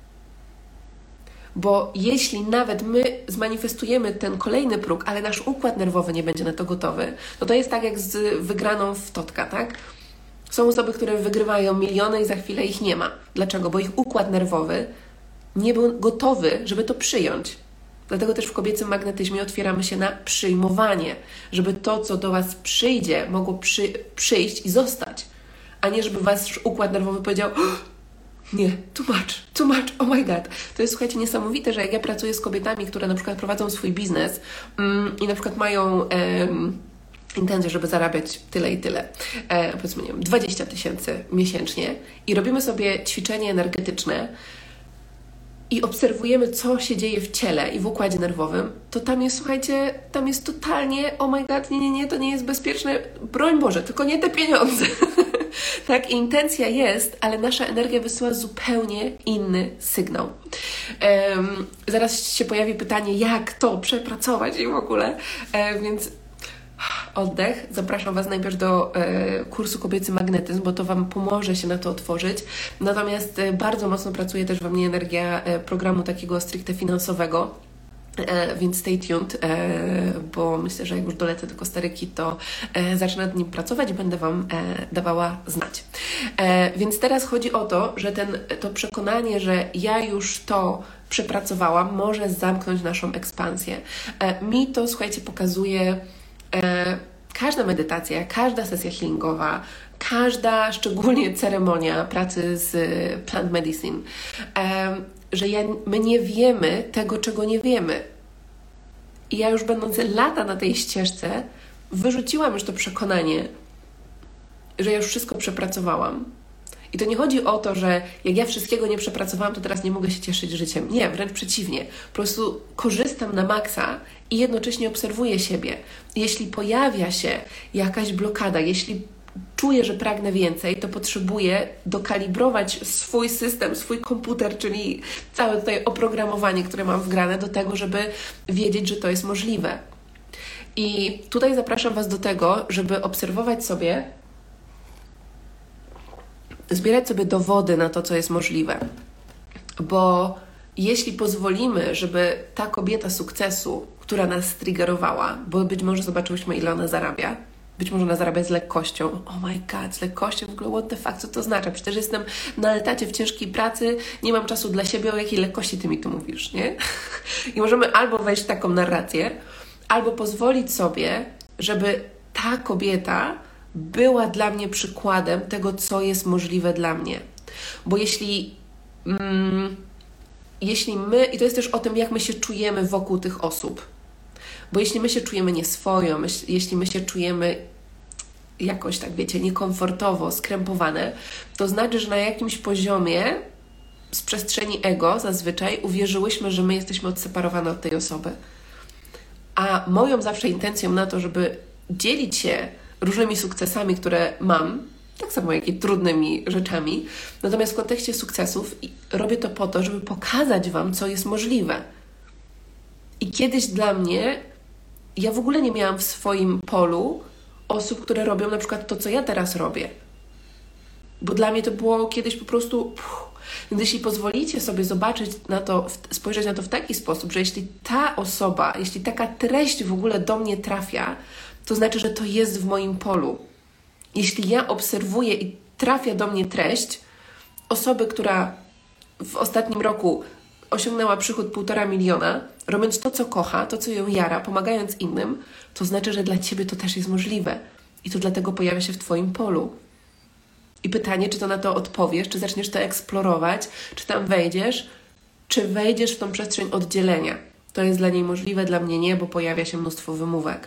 [SPEAKER 1] Bo jeśli nawet my zmanifestujemy ten kolejny próg, ale nasz układ nerwowy nie będzie na to gotowy, no to jest tak jak z wygraną w totka, tak? Są osoby, które wygrywają miliony i za chwilę ich nie ma. Dlaczego? Bo ich układ nerwowy nie był gotowy, żeby to przyjąć. Dlatego też w kobiecym magnetyzmie otwieramy się na przyjmowanie, żeby to, co do Was przyjdzie, mogło przy, przyjść i zostać, a nie żeby Wasz układ nerwowy powiedział oh, nie, too much, too much, oh my god. To jest, słuchajcie, niesamowite, że jak ja pracuję z kobietami, które na przykład prowadzą swój biznes mm, i na przykład mają em, intencję, żeby zarabiać tyle i tyle, e, powiedzmy, nie wiem, dwadzieścia tysięcy miesięcznie i robimy sobie ćwiczenie energetyczne, i obserwujemy, co się dzieje w ciele i w układzie nerwowym, to tam jest, słuchajcie, tam jest totalnie, oh my god, nie, nie, nie, to nie jest bezpieczne, broń Boże, tylko nie te pieniądze. Tak, intencja jest, ale nasza energia wysyła zupełnie inny sygnał. Um, zaraz się pojawi pytanie, jak to przepracować i w ogóle, um, więc oddech. Zapraszam Was najpierw do e, kursu Kobiecy Magnetyzm, bo to Wam pomoże się na to otworzyć. Natomiast e, bardzo mocno pracuje też we mnie energia e, programu takiego stricte finansowego, e, więc stay tuned, e, bo myślę, że jak już dolecę do Kostaryki, to e, zacznę nad nim pracować i będę Wam e, dawała znać. E, więc teraz chodzi o to, że ten, to przekonanie, że ja już to przepracowałam, może zamknąć naszą ekspansję. E, mi to, słuchajcie, pokazuje każda medytacja, każda sesja healingowa, każda szczególnie ceremonia pracy z plant medicine, że ja, my nie wiemy tego, czego nie wiemy. I ja już będąc lata na tej ścieżce, wyrzuciłam już to przekonanie, że ja już wszystko przepracowałam. I to nie chodzi o to, że jak ja wszystkiego nie przepracowałam, to teraz nie mogę się cieszyć życiem. Nie, wręcz przeciwnie. Po prostu korzystam na maksa i jednocześnie obserwuję siebie. Jeśli pojawia się jakaś blokada, jeśli czuję, że pragnę więcej, to potrzebuję dokalibrować swój system, swój komputer, czyli całe tutaj oprogramowanie, które mam wgrane do tego, żeby wiedzieć, że to jest możliwe. I tutaj zapraszam Was do tego, żeby obserwować sobie, zbierać sobie dowody na to, co jest możliwe. Bo jeśli pozwolimy, żeby ta kobieta sukcesu, która nas triggerowała, bo być może zobaczyłyśmy, ile ona zarabia, być może ona zarabia z lekkością. Oh my god, z lekkością, w ogóle what the fuck, co to oznacza? Przecież jestem na etacie w ciężkiej pracy, nie mam czasu dla siebie, o jakiej lekkości Ty mi tu mówisz, nie? I możemy albo wejść w taką narrację, albo pozwolić sobie, żeby ta kobieta była dla mnie przykładem tego, co jest możliwe dla mnie. Bo jeśli, mm, jeśli my, i to jest też o tym, jak my się czujemy wokół tych osób, bo jeśli my się czujemy nieswojo, my, jeśli my się czujemy jakoś, tak wiecie, niekomfortowo, skrępowane, to znaczy, że na jakimś poziomie z przestrzeni ego zazwyczaj uwierzyłyśmy, że my jesteśmy odseparowane od tej osoby. A moją zawsze intencją na to, żeby dzielić się różnymi sukcesami, które mam, tak samo jak i trudnymi rzeczami, natomiast w kontekście sukcesów robię to po to, żeby pokazać Wam, co jest możliwe. I kiedyś dla mnie, ja w ogóle nie miałam w swoim polu osób, które robią na przykład to, co ja teraz robię. Bo dla mnie to było kiedyś po prostu... Puh, Więc jeśli pozwolicie sobie zobaczyć na to, spojrzeć na to w taki sposób, że jeśli ta osoba, jeśli taka treść w ogóle do mnie trafia, to znaczy, że to jest w moim polu. Jeśli ja obserwuję i trafia do mnie treść osoby, która w ostatnim roku osiągnęła przychód półtora miliona, robiąc to, co kocha, to, co ją jara, pomagając innym, to znaczy, że dla Ciebie to też jest możliwe. I to dlatego pojawia się w Twoim polu. I pytanie, czy to na to odpowiesz, czy zaczniesz to eksplorować, czy tam wejdziesz, czy wejdziesz w tą przestrzeń oddzielenia. To jest dla niej możliwe, dla mnie nie, bo pojawia się mnóstwo wymówek.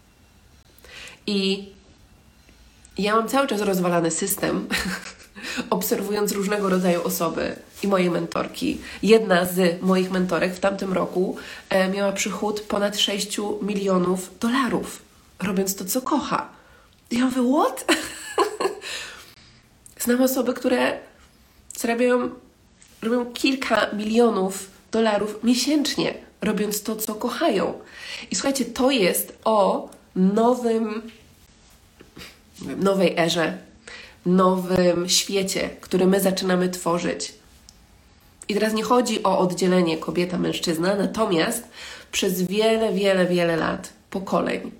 [SPEAKER 1] I ja mam cały czas rozwalany system, obserwując różnego rodzaju osoby i moje mentorki. Jedna z moich mentorek w tamtym roku e, miała przychód ponad sześć milionów dolarów, robiąc to, co kocha. I ja mówię, what? Znam osoby, które zarabiają, robią kilka milionów dolarów miesięcznie, robiąc to, co kochają. I słuchajcie, to jest o nowym, nowej erze, nowym świecie, który my zaczynamy tworzyć. I teraz nie chodzi o oddzielenie kobieta-mężczyzna, natomiast przez wiele, wiele, wiele lat, pokoleń,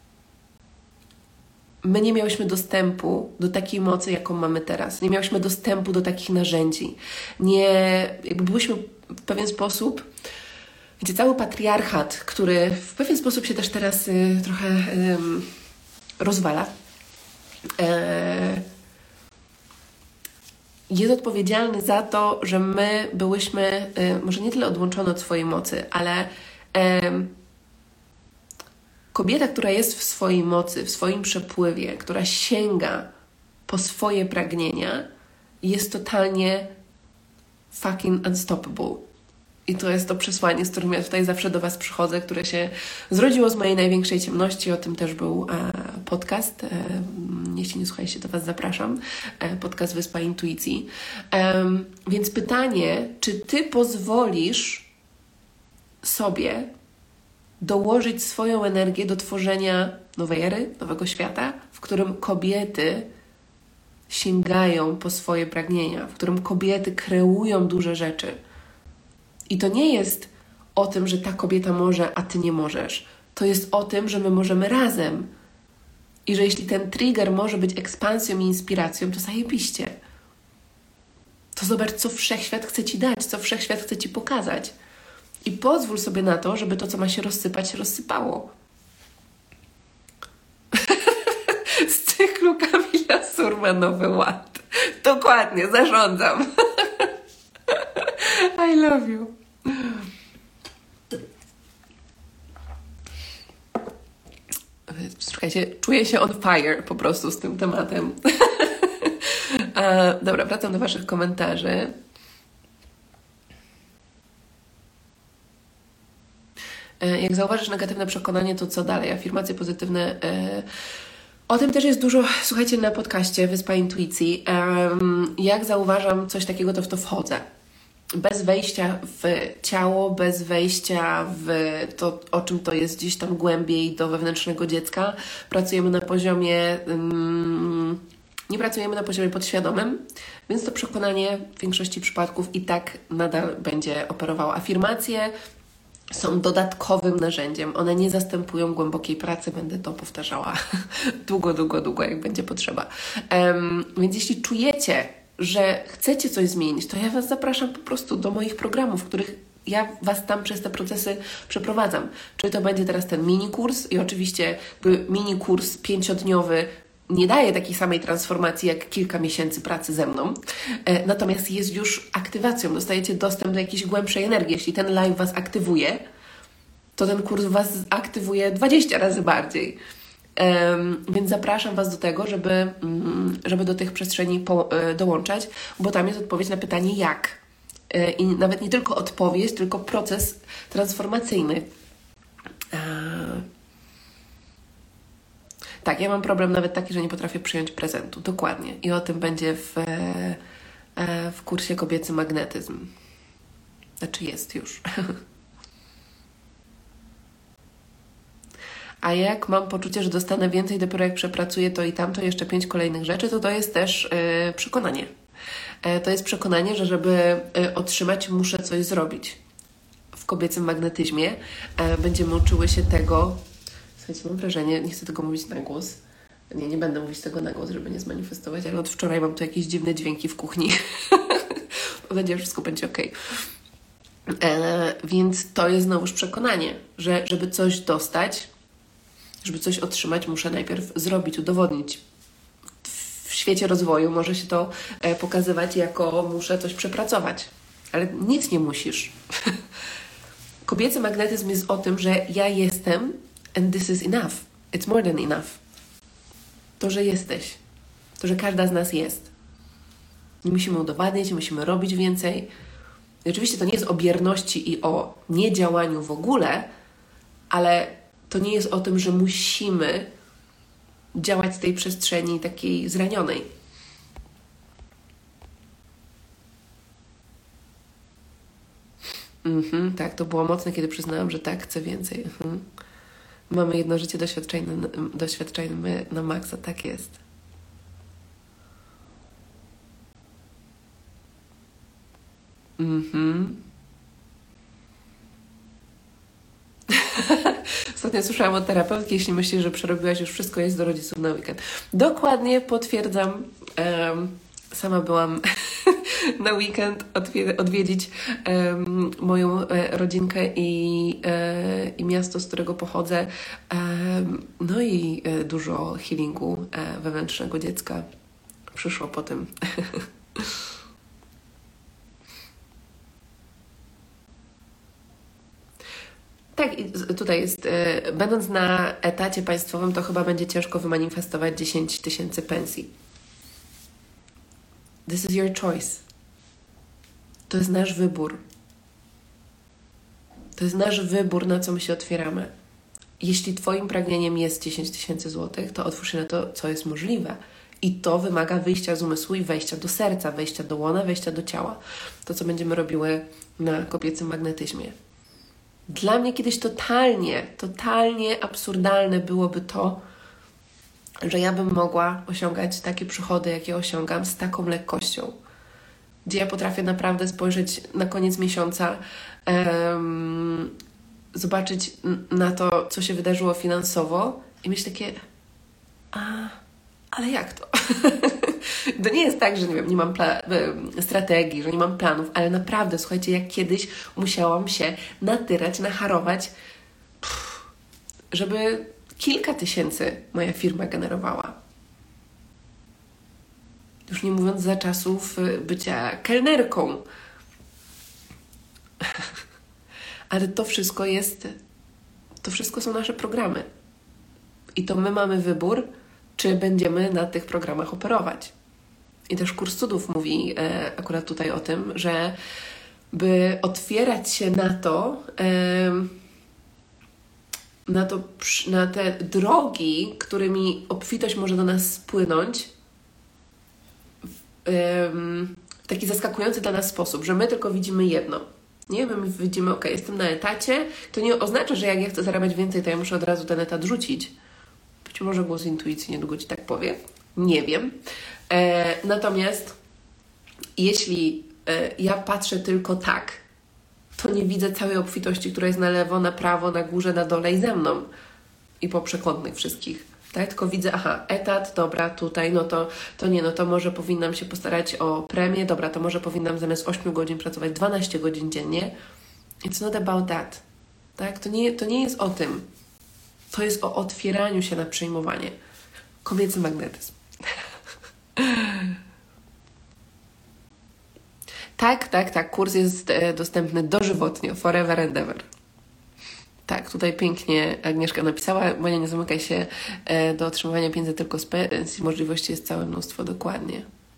[SPEAKER 1] my nie miałyśmy dostępu do takiej mocy, jaką mamy teraz. Nie miałyśmy dostępu do takich narzędzi. Nie, jakby byłyśmy w pewien sposób, gdzie cały patriarchat, który w pewien sposób się też teraz y, trochę y, rozwala, y, jest odpowiedzialny za to, że my byłyśmy y, może nie tyle odłączone od swojej mocy, ale y, kobieta, która jest w swojej mocy, w swoim przepływie, która sięga po swoje pragnienia, jest totalnie fucking unstoppable. I to jest to przesłanie, z którym ja tutaj zawsze do Was przychodzę, które się zrodziło z mojej największej ciemności. O tym też był e, podcast. E, jeśli nie słuchaliście, to Was zapraszam. E, podcast Wyspa Intuicji. E, więc pytanie, czy Ty pozwolisz sobie dołożyć swoją energię do tworzenia nowej ery, nowego świata, w którym kobiety sięgają po swoje pragnienia, w którym kobiety kreują duże rzeczy. I to nie jest o tym, że ta kobieta może, a Ty nie możesz. To jest o tym, że my możemy razem. I że jeśli ten trigger może być ekspansją i inspiracją, to zajebiście. To zobacz, co wszechświat chce Ci dać, co wszechświat chce Ci pokazać. I pozwól sobie na to, żeby to, co ma się rozsypać, się rozsypało. Z cyklu Kamila Surma Nowy Ład. Dokładnie, zarządzam. I love you. Słuchajcie, czuję się on fire po prostu z tym tematem. A, dobra, wracam do Waszych komentarzy. Jak zauważysz negatywne przekonanie, to co dalej? Afirmacje pozytywne. O tym też jest dużo, słuchajcie, na podcaście Wyspa Intuicji. Jak zauważam coś takiego, to w to wchodzę. Bez wejścia w ciało, bez wejścia w to, o czym to jest gdzieś tam głębiej do wewnętrznego dziecka. Pracujemy na poziomie, um, nie pracujemy na poziomie podświadomym, więc to przekonanie w większości przypadków i tak nadal będzie operowało. Afirmacje są dodatkowym narzędziem. One nie zastępują głębokiej pracy. Będę to powtarzała długo, długo, długo, jak będzie potrzeba. Um, więc jeśli czujecie, że chcecie coś zmienić, to ja Was zapraszam po prostu do moich programów, w których ja Was tam przez te procesy przeprowadzam. Czy to będzie teraz ten mini kurs i oczywiście mini kurs pięciodniowy nie daje takiej samej transformacji jak kilka miesięcy pracy ze mną, e, natomiast jest już aktywacją. Dostajecie dostęp do jakiejś głębszej energii. Jeśli ten live Was aktywuje, to ten kurs Was aktywuje dwadzieścia razy bardziej. Um, więc zapraszam Was do tego, żeby, um, żeby do tych przestrzeni po, e, dołączać, bo tam jest odpowiedź na pytanie jak. E, I nawet nie tylko odpowiedź, tylko proces transformacyjny. E, tak, ja mam problem nawet taki, że nie potrafię przyjąć prezentu. Dokładnie. I o tym będzie w, e, w kursie Kobiecy Magnetyzm. Znaczy jest już. A jak mam poczucie, że dostanę więcej dopiero jak przepracuję to i tamto, jeszcze pięć kolejnych rzeczy, to to jest też yy, przekonanie. E, to jest przekonanie, że żeby e, otrzymać, muszę coś zrobić. W kobiecym magnetyzmie e, będziemy uczyły się tego. Słuchajcie, mam wrażenie, nie chcę tego mówić na głos. Nie, nie będę mówić tego na głos, żeby nie zmanifestować, ale od wczoraj mam tu jakieś dziwne dźwięki w kuchni. Mam nadzieję, że wszystko będzie okej. E, więc to jest znowuż przekonanie, że żeby coś dostać, żeby coś otrzymać, muszę najpierw zrobić, udowodnić. W świecie rozwoju może się to e, pokazywać jako muszę coś przepracować, ale nic nie musisz. Kobiecy magnetyzm jest o tym, że ja jestem and this is enough. It's more than enough. To, że jesteś. To, że każda z nas jest. Nie musimy udowadniać, nie musimy robić więcej. I oczywiście to nie jest o bierności i o niedziałaniu w ogóle, ale to nie jest o tym, że musimy działać z tej przestrzeni takiej zranionej. Mhm, tak, to było mocne, kiedy przyznałam, że tak, chcę więcej. Mhm. Mamy jedno życie, doświadczajmy, doświadczajmy na maksa, tak jest. Mhm. Ostatnio słyszałam od terapeutki, jeśli myślisz, że przerobiłaś już wszystko, jest do rodziców na weekend. Dokładnie, potwierdzam. Um, sama byłam na weekend odwie- odwiedzić um, moją e, rodzinkę i, e, i miasto, z którego pochodzę. Um, no i e, dużo healingu e, wewnętrznego dziecka przyszło po tym. Tak, i tutaj jest, e, będąc na etacie państwowym, to chyba będzie ciężko wymanifestować dziesięć tysięcy pensji. This is your choice. To jest nasz wybór. To jest nasz wybór, na co my się otwieramy. Jeśli Twoim pragnieniem jest dziesięć tysięcy złotych, to otwórz się na to, co jest możliwe. I to wymaga wyjścia z umysłu i wejścia do serca, wejścia do łona, wejścia do ciała. To, co będziemy robiły na kobiecym magnetyzmie. Dla mnie kiedyś totalnie, totalnie absurdalne byłoby to, że ja bym mogła osiągać takie przychody, jakie osiągam, z taką lekkością. Gdzie ja potrafię naprawdę spojrzeć na koniec miesiąca, um, zobaczyć na to, co się wydarzyło finansowo i mieć takie, a, ale jak to? To nie jest tak, że nie wiem, nie mam pla- strategii, że nie mam planów, ale naprawdę, słuchajcie, jak kiedyś musiałam się natyrać, nacharować, pff, żeby kilka tysięcy moja firma generowała. Już nie mówiąc za czasów bycia kelnerką. Ale to wszystko jest, to wszystko są nasze programy. I to my mamy wybór, czy będziemy na tych programach operować. I też kurs cudów mówi e, akurat tutaj o tym, że by otwierać się na to, e, na, to na te drogi, którymi obfitość może do nas spłynąć, w, e, w taki zaskakujący dla nas sposób, że my tylko widzimy jedno. Nie, my widzimy, ok, jestem na etacie, to nie oznacza, że jak ja chcę zarabiać więcej, to ja muszę od razu ten etat rzucić. Być może głos intuicji niedługo Ci tak powie. Nie wiem. E, natomiast jeśli e, ja patrzę tylko tak, to nie widzę całej obfitości, która jest na lewo, na prawo, na górze, na dole i ze mną. I po przekątnych wszystkich. Tak? Tylko widzę, aha, etat, dobra, tutaj, no to, to nie, no to może powinnam się postarać o premię, dobra, to może powinnam zamiast ośmiu godzin pracować dwanaście godzin dziennie. It's not about that. Tak? To nie, to nie jest o tym. To jest o otwieraniu się na przyjmowanie. Kobiecy magnetyzm. Tak, tak, tak. Kurs jest e, dostępny dożywotnio. Forever and ever. Tak, tutaj pięknie Agnieszka napisała. Monia, nie zamykaj się e, do otrzymywania pieniędzy tylko z pensji. Możliwości jest całe mnóstwo, dokładnie.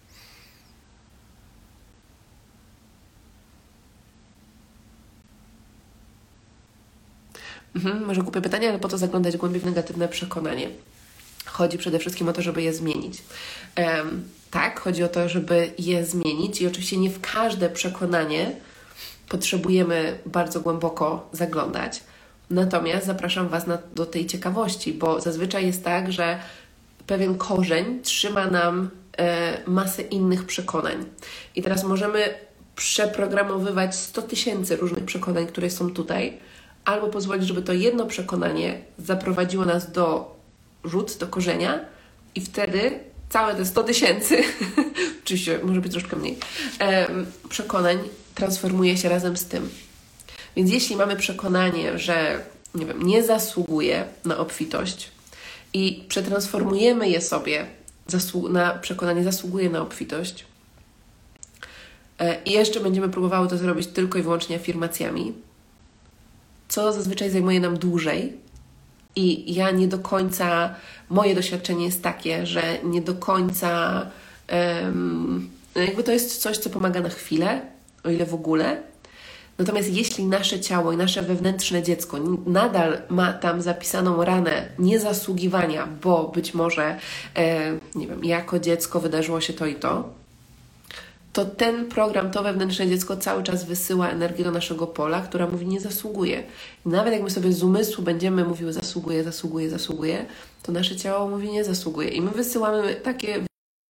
[SPEAKER 1] Mhm, może głupie pytanie, ale po co zaglądać głębiej w negatywne przekonanie? Chodzi przede wszystkim o to, żeby je zmienić. Um, tak, chodzi o to, żeby je zmienić i oczywiście nie w każde przekonanie potrzebujemy bardzo głęboko zaglądać. Natomiast zapraszam Was na, do tej ciekawości, bo zazwyczaj jest tak, że pewien korzeń trzyma nam e, masę innych przekonań. I teraz możemy przeprogramowywać sto tysięcy różnych przekonań, które są tutaj, albo pozwolić, żeby to jedno przekonanie zaprowadziło nas do rzut, do korzenia i wtedy całe te sto tysięcy, oczywiście może być troszkę mniej, e, przekonań transformuje się razem z tym. Więc jeśli mamy przekonanie, że nie wiem, nie zasługuje na obfitość i przetransformujemy je sobie zasłu- na przekonanie zasługuje na obfitość e, i jeszcze będziemy próbowały to zrobić tylko i wyłącznie afirmacjami, co zazwyczaj zajmuje nam dłużej i ja nie do końca, moje doświadczenie jest takie, że nie do końca um, jakby to jest coś, co pomaga na chwilę, o ile w ogóle. Natomiast jeśli nasze ciało i nasze wewnętrzne dziecko nadal ma tam zapisaną ranę niezasługiwania, bo być może, e, nie wiem, jako dziecko wydarzyło się to i to, to ten program, to wewnętrzne dziecko cały czas wysyła energię do naszego pola, która mówi nie zasługuje. I nawet jak my sobie z umysłu będziemy mówiły zasługuje, zasługuje, zasługuje, to nasze ciało mówi nie zasługuje. I my wysyłamy takie...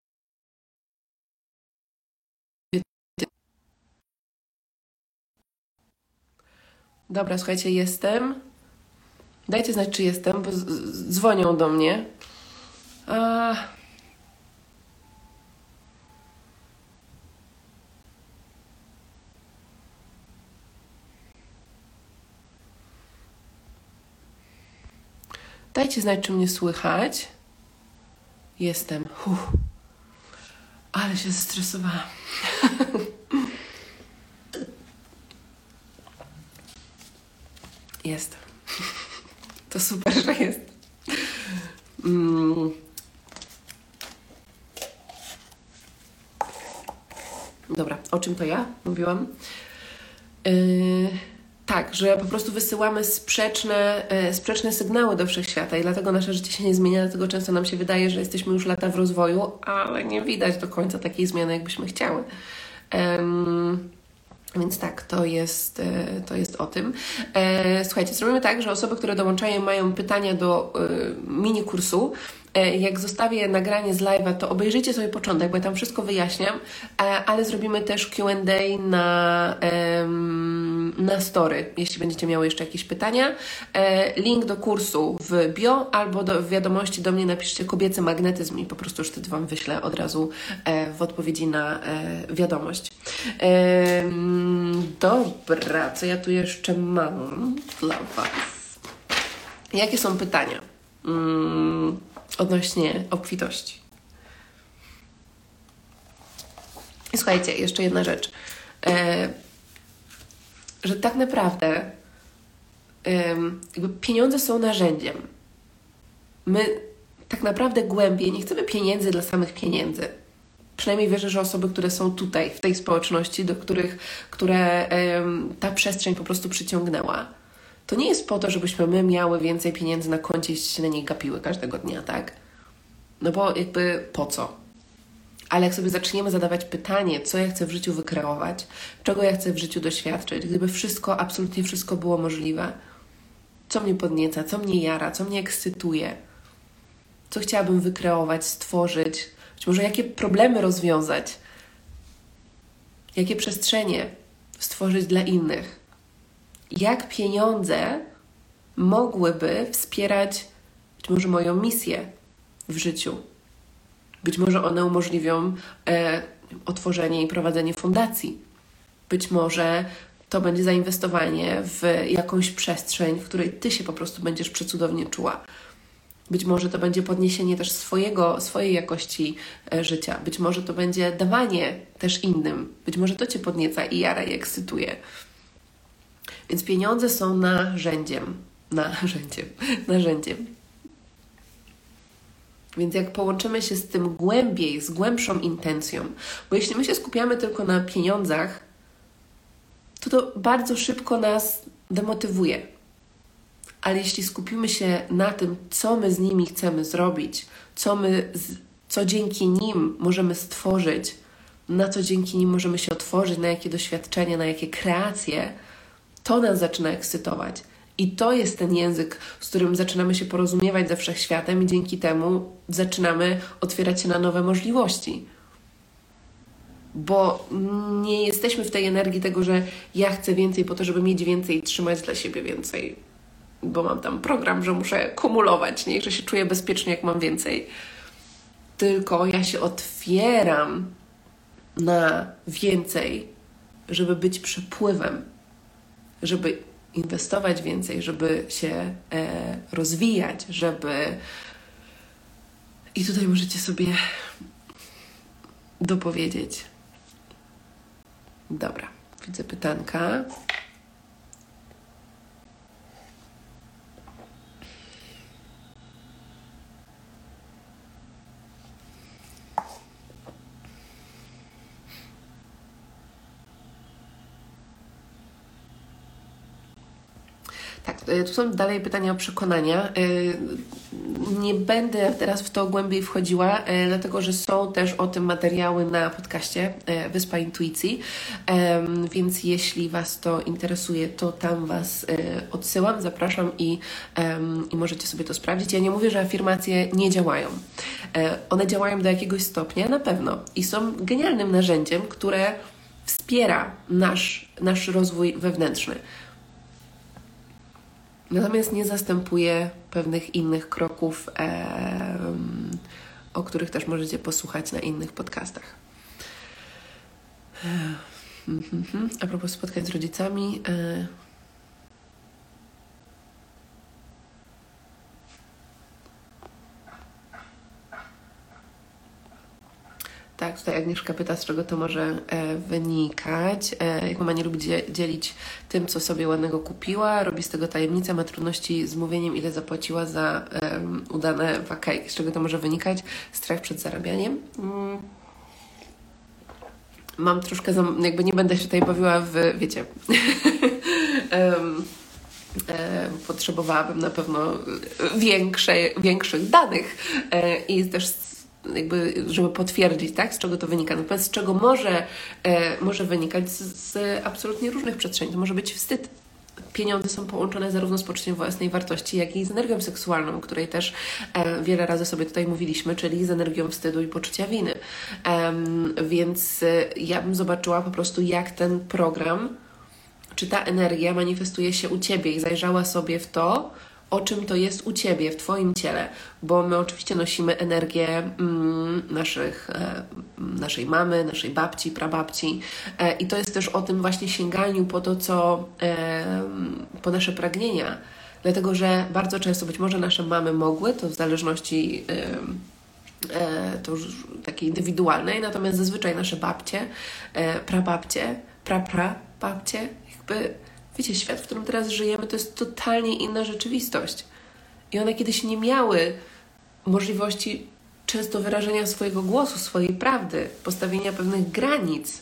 [SPEAKER 1] Dobra, słuchajcie, jestem. Dajcie znać, czy jestem, bo z- z- dzwonią do mnie. A... Dajcie znać, czy mnie słychać. Jestem. Uff. Ale się zestresowałam. Jest. To super, że jest. Mm. Dobra, o czym to ja mówiłam? Yy, tak, że po prostu wysyłamy sprzeczne, yy, sprzeczne sygnały do wszechświata i dlatego nasze życie się nie zmienia, dlatego często nam się wydaje, że jesteśmy już lata w rozwoju, ale nie widać do końca takiej zmiany, jakbyśmy chciały. Yy. Więc tak, to jest, to jest o tym. Słuchajcie, zrobimy tak, że osoby, które dołączają, mają pytania do mini kursu. Jak zostawię nagranie z live'a, to obejrzyjcie sobie początek, bo ja tam wszystko wyjaśniam, ale zrobimy też Q and A na, na story, jeśli będziecie miały jeszcze jakieś pytania. Link do kursu w bio albo do, w wiadomości do mnie napiszcie kobiecy magnetyzm i po prostu już wtedy Wam wyślę od razu w odpowiedzi na wiadomość. Dobra, co ja tu jeszcze mam dla Was? Jakie są pytania mm, odnośnie obfitości? I słuchajcie, jeszcze jedna rzecz. E, że tak naprawdę e, jakby pieniądze są narzędziem. My tak naprawdę głębiej nie chcemy pieniędzy dla samych pieniędzy. Przynajmniej wierzę, że osoby, które są tutaj, w tej społeczności, do których które, ym, ta przestrzeń po prostu przyciągnęła, to nie jest po to, żebyśmy my miały więcej pieniędzy na koncie i się na niej gapiły każdego dnia, tak? No bo jakby po co? Ale jak sobie zaczniemy zadawać pytanie, co ja chcę w życiu wykreować, czego ja chcę w życiu doświadczyć, gdyby wszystko, absolutnie wszystko było możliwe, co mnie podnieca, co mnie jara, co mnie ekscytuje, co chciałabym wykreować, stworzyć, być może jakie problemy rozwiązać, jakie przestrzenie stworzyć dla innych, jak pieniądze mogłyby wspierać być może moją misję w życiu. Być może one umożliwią e, otworzenie i prowadzenie fundacji. Być może to będzie zainwestowanie w jakąś przestrzeń, w której Ty się po prostu będziesz przecudownie czuła. Być może to będzie podniesienie też swojego, swojej jakości e, życia. Być może to będzie dawanie też innym. Być może to Cię podnieca i jara i ekscytuje. Więc pieniądze są narzędziem. Narzędziem. Narzędziem. Więc jak połączymy się z tym głębiej, z głębszą intencją, bo jeśli my się skupiamy tylko na pieniądzach, to to bardzo szybko nas demotywuje. Ale jeśli skupimy się na tym, co my z nimi chcemy zrobić, co my, z, co dzięki nim możemy stworzyć, na co dzięki nim możemy się otworzyć, na jakie doświadczenia, na jakie kreacje, to nas zaczyna ekscytować. I to jest ten język, z którym zaczynamy się porozumiewać ze wszechświatem i dzięki temu zaczynamy otwierać się na nowe możliwości. Bo nie jesteśmy w tej energii tego, że ja chcę więcej po to, żeby mieć więcej i trzymać dla siebie więcej. Bo mam tam program, że muszę kumulować, nie? Że się czuję bezpiecznie, jak mam więcej. Tylko ja się otwieram na więcej, żeby być przepływem, żeby inwestować więcej, żeby się e, rozwijać, żeby... I tutaj możecie sobie dopowiedzieć. Dobra, widzę pytanka. Tak, tu są dalej pytania o przekonania. Nie będę teraz w to głębiej wchodziła, dlatego że są też o tym materiały na podcaście Wyspa Intuicji, więc jeśli Was to interesuje, to tam Was odsyłam, zapraszam i, i możecie sobie to sprawdzić. Ja nie mówię, że afirmacje nie działają. One działają do jakiegoś stopnia, na pewno, i są genialnym narzędziem, które wspiera nasz, nasz rozwój wewnętrzny. Natomiast nie zastępuje pewnych innych kroków, e, o których też możecie posłuchać na innych podcastach. A propos spotkań z rodzicami... E, Tak, tutaj Agnieszka pyta, z czego to może e, wynikać. E, jak mama nie lubi dzie- dzielić tym, co sobie ładnego kupiła, robi z tego tajemnicę, ma trudności z mówieniem, ile zapłaciła za e, udane wakacje. Z czego to może wynikać? Strach przed zarabianiem. Mm. Mam troszkę, zam- jakby nie będę się tutaj bawiła w, wiecie... um, E, potrzebowałabym na pewno większe, większych danych e, i też jakby, żeby potwierdzić, tak, z czego to wynika. Natomiast z czego może, e, może wynikać z, z absolutnie różnych przestrzeni. To może być wstyd. Pieniądze są połączone zarówno z poczuciem własnej wartości, jak i z energią seksualną, o której też e, wiele razy sobie tutaj mówiliśmy, czyli z energią wstydu i poczucia winy. E, więc e, ja bym zobaczyła po prostu, jak ten program, czy ta energia manifestuje się u Ciebie i zajrzała sobie w to, o czym to jest u Ciebie, w Twoim ciele, bo my oczywiście nosimy energię mm, naszych, e, naszej mamy, naszej babci, prababci e, i to jest też o tym właśnie sięganiu po to, co, e, po nasze pragnienia, dlatego, że bardzo często być może nasze mamy mogły, to w zależności e, e, to już takiej indywidualnej, natomiast zazwyczaj nasze babcie, e, prababcie, praprababcie, jakby wiecie, świat, w którym teraz żyjemy, to jest totalnie inna rzeczywistość. I one kiedyś nie miały możliwości często wyrażenia swojego głosu, swojej prawdy, postawienia pewnych granic.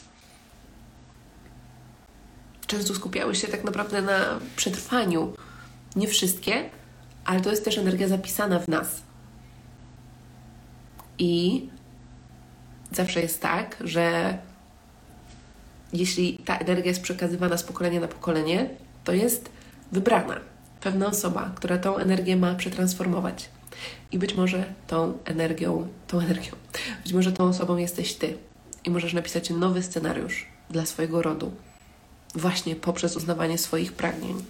[SPEAKER 1] Często skupiały się tak naprawdę na przetrwaniu. Nie wszystkie, ale to jest też energia zapisana w nas. I zawsze jest tak, że jeśli ta energia jest przekazywana z pokolenia na pokolenie, to jest wybrana pewna osoba, która tą energię ma przetransformować. I być może tą energią, tą energią, być może tą osobą jesteś Ty. I możesz napisać nowy scenariusz dla swojego rodu. Właśnie poprzez uznawanie swoich pragnień.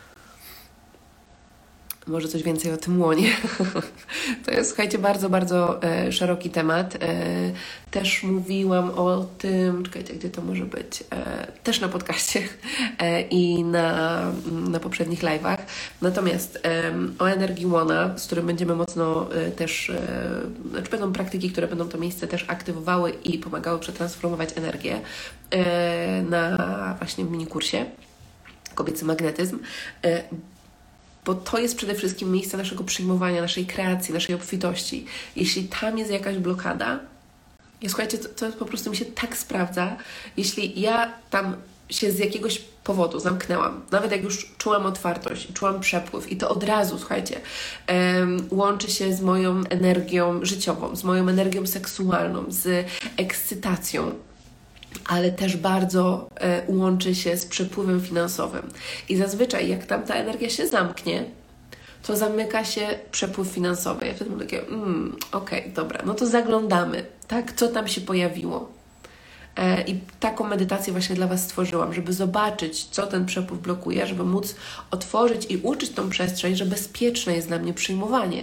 [SPEAKER 1] Może coś więcej o tym łonie. To jest, słuchajcie, bardzo, bardzo e, szeroki temat. E, też mówiłam o tym, czekajcie, gdzie to może być, e, też na podcaście e, i na, na poprzednich live'ach. Natomiast e, o energii łona, z którym będziemy mocno e, też, e, znaczy będą praktyki, które będą to miejsce też aktywowały i pomagały przetransformować energię e, na właśnie minikursie Kobiecy Magnetyzm. E, Bo to jest przede wszystkim miejsce naszego przyjmowania, naszej kreacji, naszej obfitości. Jeśli tam jest jakaś blokada, ja słuchajcie, to, to po prostu mi się tak sprawdza. Jeśli ja tam się z jakiegoś powodu zamknęłam, nawet jak już czułam otwartość i czułam przepływ i to od razu, słuchajcie, um, łączy się z moją energią życiową, z moją energią seksualną, z ekscytacją. ale też bardzo e, łączy się z przepływem finansowym. I zazwyczaj jak tam ta energia się zamknie, to zamyka się przepływ finansowy. Ja wtedy mam takie, mm, okej, okay, dobra, no to zaglądamy, tak, co tam się pojawiło. E, I taką medytację właśnie dla Was stworzyłam, żeby zobaczyć, co ten przepływ blokuje, żeby móc otworzyć i uczyć tą przestrzeń, że bezpieczne jest dla mnie przyjmowanie.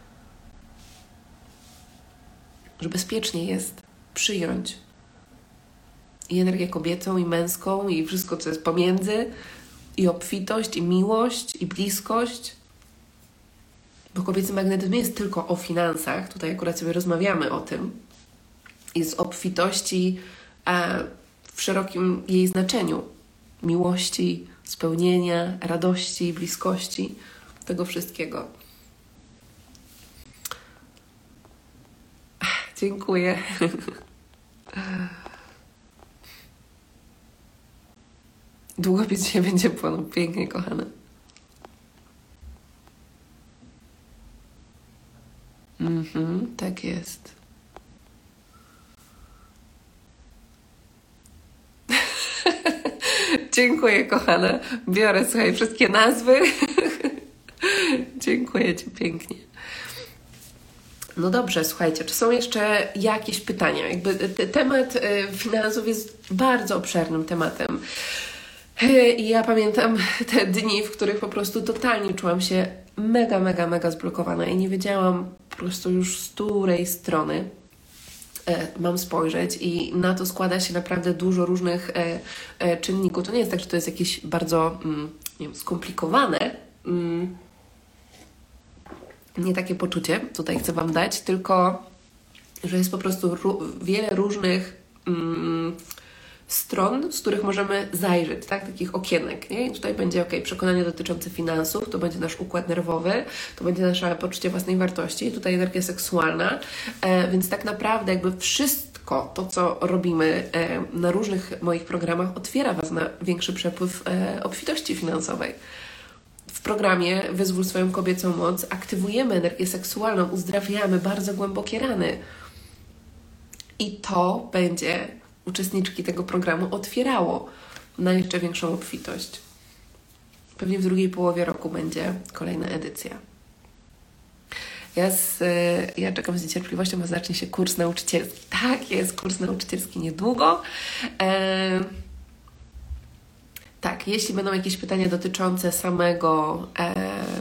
[SPEAKER 1] Że bezpiecznie jest przyjąć i energię kobiecą, i męską, i wszystko, co jest pomiędzy, i obfitość, i miłość, i bliskość. Bo kobiecy magnetyzm nie jest tylko o finansach, tutaj akurat sobie rozmawiamy o tym, jest o obfitości e, w szerokim jej znaczeniu. Miłości, spełnienia, radości, bliskości, tego wszystkiego. Dziękuję. Długopis się będzie płonął. Pięknie, kochane. Mhm, tak jest. Dziękuję, kochane. Biorę, słuchaj, wszystkie nazwy. Dziękuję Ci pięknie. No dobrze, słuchajcie, czy są jeszcze jakieś pytania? Jakby te, temat y, finansów jest bardzo obszernym tematem. I ja pamiętam te dni, w których po prostu totalnie czułam się mega, mega, mega zblokowana i nie wiedziałam po prostu już z której strony e, mam spojrzeć i na to składa się naprawdę dużo różnych e, e, czynników. To nie jest tak, że to jest jakieś bardzo mm, nie wiem, skomplikowane. Mm, nie takie poczucie tutaj chcę Wam dać, tylko że jest po prostu ró- wiele różnych mm, stron, z których możemy zajrzeć, tak? Takich okienek, nie? I tutaj będzie, ok, przekonanie dotyczące finansów, to będzie nasz układ nerwowy, to będzie nasze poczucie własnej wartości, tutaj energia seksualna, e, więc tak naprawdę jakby wszystko to, co robimy e, na różnych moich programach otwiera Was na większy przepływ e, obfitości finansowej. W programie Wyzwól swoją kobiecą moc aktywujemy energię seksualną, uzdrawiamy bardzo głębokie rany. I to będzie uczestniczki tego programu otwierało na jeszcze większą obfitość. Pewnie w drugiej połowie roku będzie kolejna edycja. Ja, z, ja czekam z niecierpliwością, bo zacznie się kurs nauczycielski. Tak, jest kurs nauczycielski niedługo. E, tak, jeśli będą jakieś pytania dotyczące samego, e,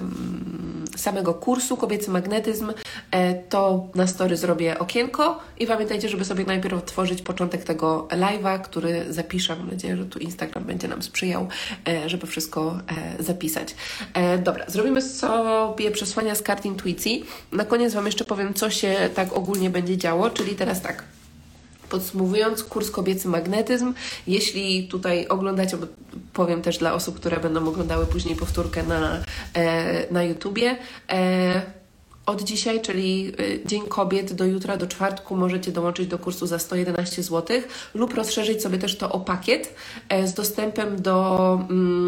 [SPEAKER 1] samego kursu Kobiecy Magnetyzm, e, to na story zrobię okienko i pamiętajcie, żeby sobie najpierw otworzyć początek tego live'a, który zapiszę. Mam nadzieję, że tu Instagram będzie nam sprzyjał, e, żeby wszystko e, zapisać. E, dobra, zrobimy sobie przesłania z kart intuicji. Na koniec Wam jeszcze powiem, co się tak ogólnie będzie działo, czyli teraz tak. Podsumowując, kurs Kobiecy Magnetyzm, jeśli tutaj oglądacie, bo powiem też dla osób, które będą oglądały później powtórkę na, e, na YouTubie, e, od dzisiaj, czyli Dzień Kobiet do jutra, do czwartku możecie dołączyć do kursu za sto jedenaście złotych lub rozszerzyć sobie też to o pakiet z dostępem do,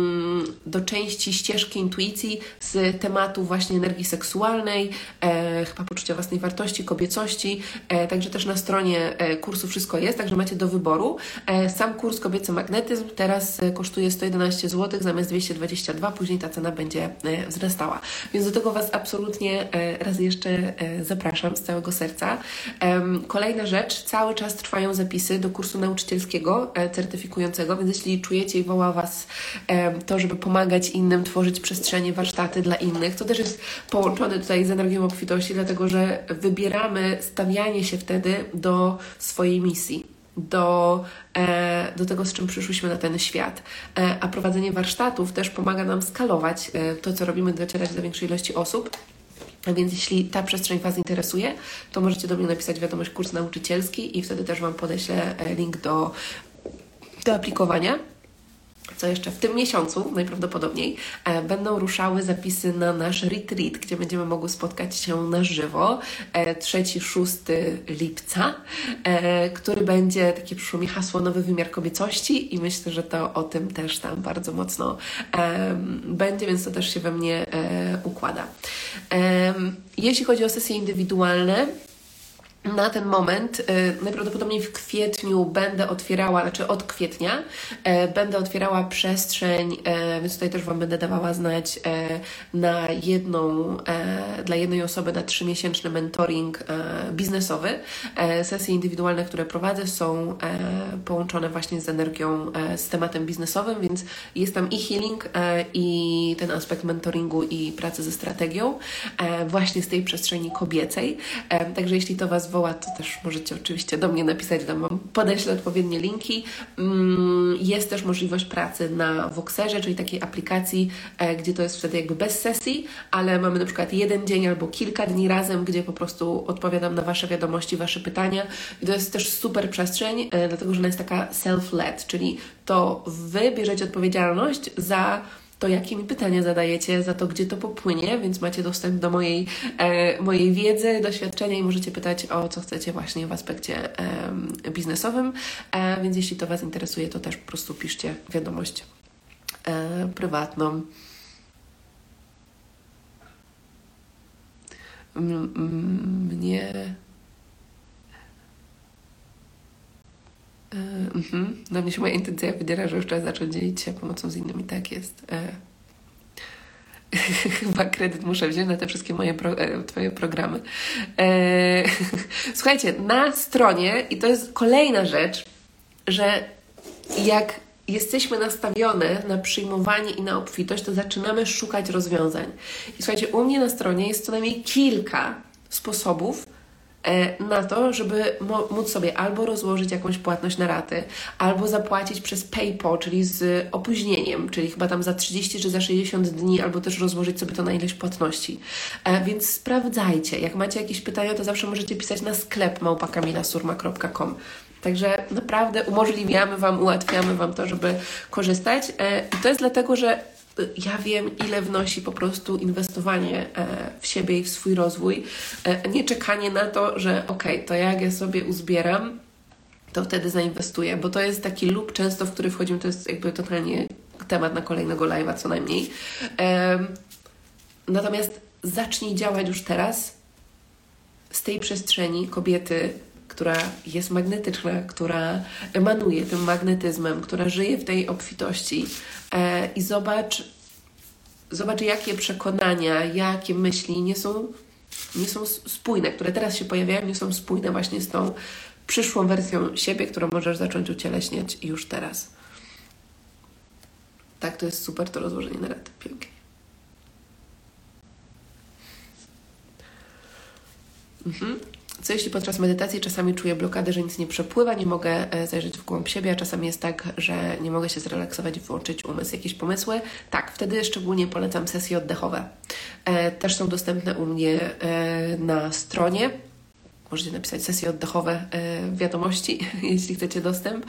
[SPEAKER 1] do części ścieżki intuicji z tematu właśnie energii seksualnej, e, chyba poczucia własnej wartości, kobiecości, e, także też na stronie kursu wszystko jest, także macie do wyboru. E, sam kurs Kobiecy Magnetyzm teraz kosztuje sto jedenaście złotych zamiast dwieście dwadzieścia dwa, później ta cena będzie e, wzrastała. Więc do tego Was absolutnie e, raz jeszcze e, zapraszam z całego serca. E, kolejna rzecz, cały czas trwają zapisy do kursu nauczycielskiego, e, certyfikującego, więc jeśli czujecie i woła Was e, to, żeby pomagać innym, tworzyć przestrzenie, warsztaty dla innych, to też jest połączone tutaj z energią obfitości, dlatego że wybieramy stawianie się wtedy do swojej misji. Do, e, do tego, z czym przyszłyśmy na ten świat. E, a prowadzenie warsztatów też pomaga nam skalować e, to, co robimy, docierać do większej ilości osób. A więc jeśli ta przestrzeń Was interesuje, to możecie do mnie napisać wiadomość kurs nauczycielski i wtedy też Wam podeślę link do, do aplikowania. Co jeszcze? W tym miesiącu najprawdopodobniej e, będą ruszały zapisy na nasz retreat, gdzie będziemy mogły spotkać się na żywo e, trzeciego szóstego lipca, e, który będzie, takie przyszło mi hasło, nowy wymiar kobiecości i myślę, że to o tym też tam bardzo mocno e, będzie, więc to też się we mnie e, układa. E, jeśli chodzi o sesje indywidualne, na ten moment, y, najprawdopodobniej w kwietniu będę otwierała, znaczy od kwietnia e, będę otwierała przestrzeń, e, więc tutaj też Wam będę dawała znać e, na jedną, e, dla jednej osoby na trzymiesięczny mentoring e, biznesowy. E, sesje indywidualne, które prowadzę, są e, połączone właśnie z energią, e, z tematem biznesowym, więc jest tam i healing, e, i ten aspekt mentoringu i pracy ze strategią, e, właśnie z tej przestrzeni kobiecej. E, także jeśli to Was woła, to też możecie oczywiście do mnie napisać, dam Wam, podeślę odpowiednie linki. Jest też możliwość pracy na Voxerze, czyli takiej aplikacji, gdzie to jest wtedy jakby bez sesji, ale mamy na przykład jeden dzień albo kilka dni razem, gdzie po prostu odpowiadam na Wasze wiadomości, Wasze pytania. I to jest też super przestrzeń, dlatego że ona jest taka self-led, czyli to Wy bierzecie odpowiedzialność za to, jakie mi pytania zadajecie, za to, gdzie to popłynie, więc macie dostęp do mojej, e, mojej wiedzy, doświadczenia i możecie pytać o co chcecie właśnie w aspekcie e, biznesowym, e, więc jeśli to Was interesuje, to też po prostu piszcie wiadomość e, prywatną. M, m, mnie... Mhm. Na mnie się moja intencja wydziela, że już trzeba zacząć dzielić się pomocą z innymi. Tak jest. E... Chyba kredyt muszę wziąć na te wszystkie moje pro... e, Twoje programy. E... Słuchajcie, na stronie, i to jest kolejna rzecz, że jak jesteśmy nastawione na przyjmowanie i na obfitość, to zaczynamy szukać rozwiązań. I słuchajcie, u mnie na stronie jest co najmniej kilka sposobów na to, żeby móc sobie albo rozłożyć jakąś płatność na raty, albo zapłacić przez PayPal, czyli z opóźnieniem, czyli chyba tam za trzydzieści czy za sześćdziesiąt dni, albo też rozłożyć sobie to na ileś płatności. Więc sprawdzajcie. Jak macie jakieś pytania, to zawsze możecie pisać na sklep małpa kamila surma kropka com. Także naprawdę umożliwiamy Wam, ułatwiamy Wam to, żeby korzystać. I to jest dlatego, że ja wiem, ile wnosi po prostu inwestowanie w siebie i w swój rozwój. Nie czekanie na to, że okej, okay, to jak ja sobie uzbieram, to wtedy zainwestuję, bo to jest taki loop często, w który wchodzimy, to jest jakby totalnie temat na kolejnego live'a co najmniej. Natomiast zacznij działać już teraz z tej przestrzeni kobiety, która jest magnetyczna, która emanuje tym magnetyzmem, która żyje w tej obfitości e, i zobacz, zobacz, jakie przekonania, jakie myśli nie są, nie są spójne, które teraz się pojawiają, nie są spójne właśnie z tą przyszłą wersją siebie, którą możesz zacząć ucieleśniać już teraz. Tak, to jest super to rozłożenie na raty. Pięknie. Mhm. Co jeśli podczas medytacji czasami czuję blokadę, że nic nie przepływa, nie mogę zajrzeć w głąb siebie, a czasami jest tak, że nie mogę się zrelaksować i wyłączyć umysł. Jakieś pomysły? Tak, wtedy szczególnie polecam sesje oddechowe. E, też są dostępne u mnie e, na stronie. Możecie napisać sesje oddechowe w wiadomości, jeśli chcecie dostęp,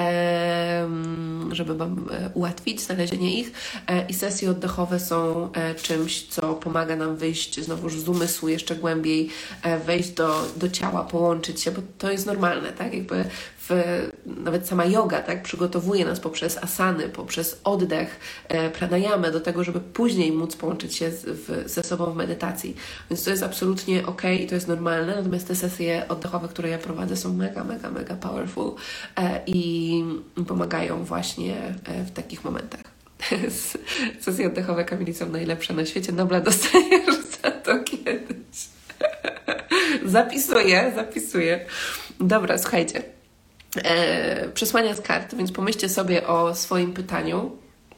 [SPEAKER 1] żeby Wam ułatwić znalezienie ich. I sesje oddechowe są czymś, co pomaga nam wyjść znowu z umysłu jeszcze głębiej, wejść do, do ciała, połączyć się, bo to jest normalne, tak? Jakby w, nawet sama yoga, tak? Przygotowuje nas poprzez asany, poprzez oddech, pranayamę do tego, żeby później móc połączyć się z, w, ze sobą w medytacji. Więc to jest absolutnie okej i to jest normalne, natomiast te sesje oddechowe, które ja prowadzę, są mega, mega, mega powerful e, i pomagają właśnie e, w takich momentach. Sesje oddechowe Kamili są najlepsze na świecie. Nobla dostajesz za to kiedyś. Zapisuję, zapisuję. Dobra, słuchajcie. E, przesłania z kart, więc pomyślcie sobie o swoim pytaniu,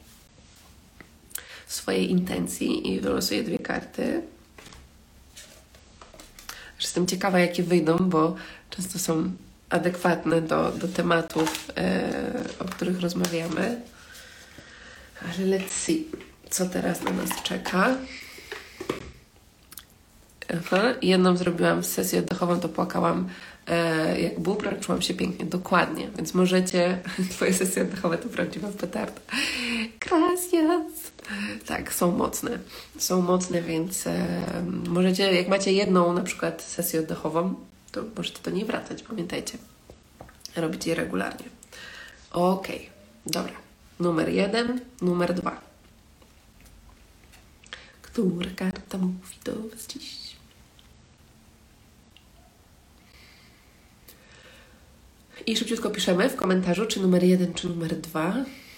[SPEAKER 1] swojej intencji i wylosuję dwie karty. Jestem ciekawa, jakie wyjdą, bo często są adekwatne do, do tematów, e, o których rozmawiamy. Ale let's see, co teraz na nas czeka. Aha, jedną zrobiłam sesję oddechową, to płakałam e, jak bubra, czułam się pięknie, dokładnie. Więc możecie, Twoje sesje oddechowe to prawdziwa petarda. Gracias! Tak, są mocne. Są mocne, więc e, możecie, jak macie jedną na przykład sesję oddechową, to możecie do niej wracać, pamiętajcie. Robić je regularnie. Okej, okay, dobra. Numer jeden, numer dwa. Która karta mówi do Was dziś? I szybciutko piszemy w komentarzu, czy numer jeden, czy numer dwa.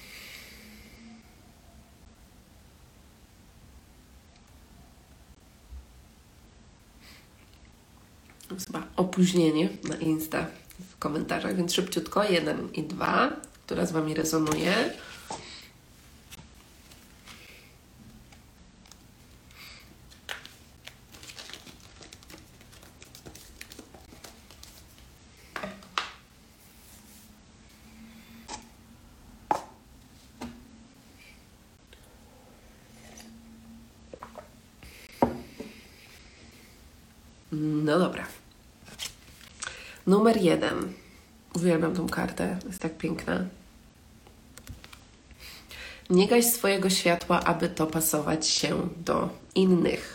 [SPEAKER 1] Jest chyba opóźnienie na Insta w komentarzach, więc szybciutko jeden i dwa, która z Wami rezonuje. No dobra. Numer jeden. Uwielbiam tą kartę, jest tak piękna. Nie gaś swojego światła, aby to pasować się do innych.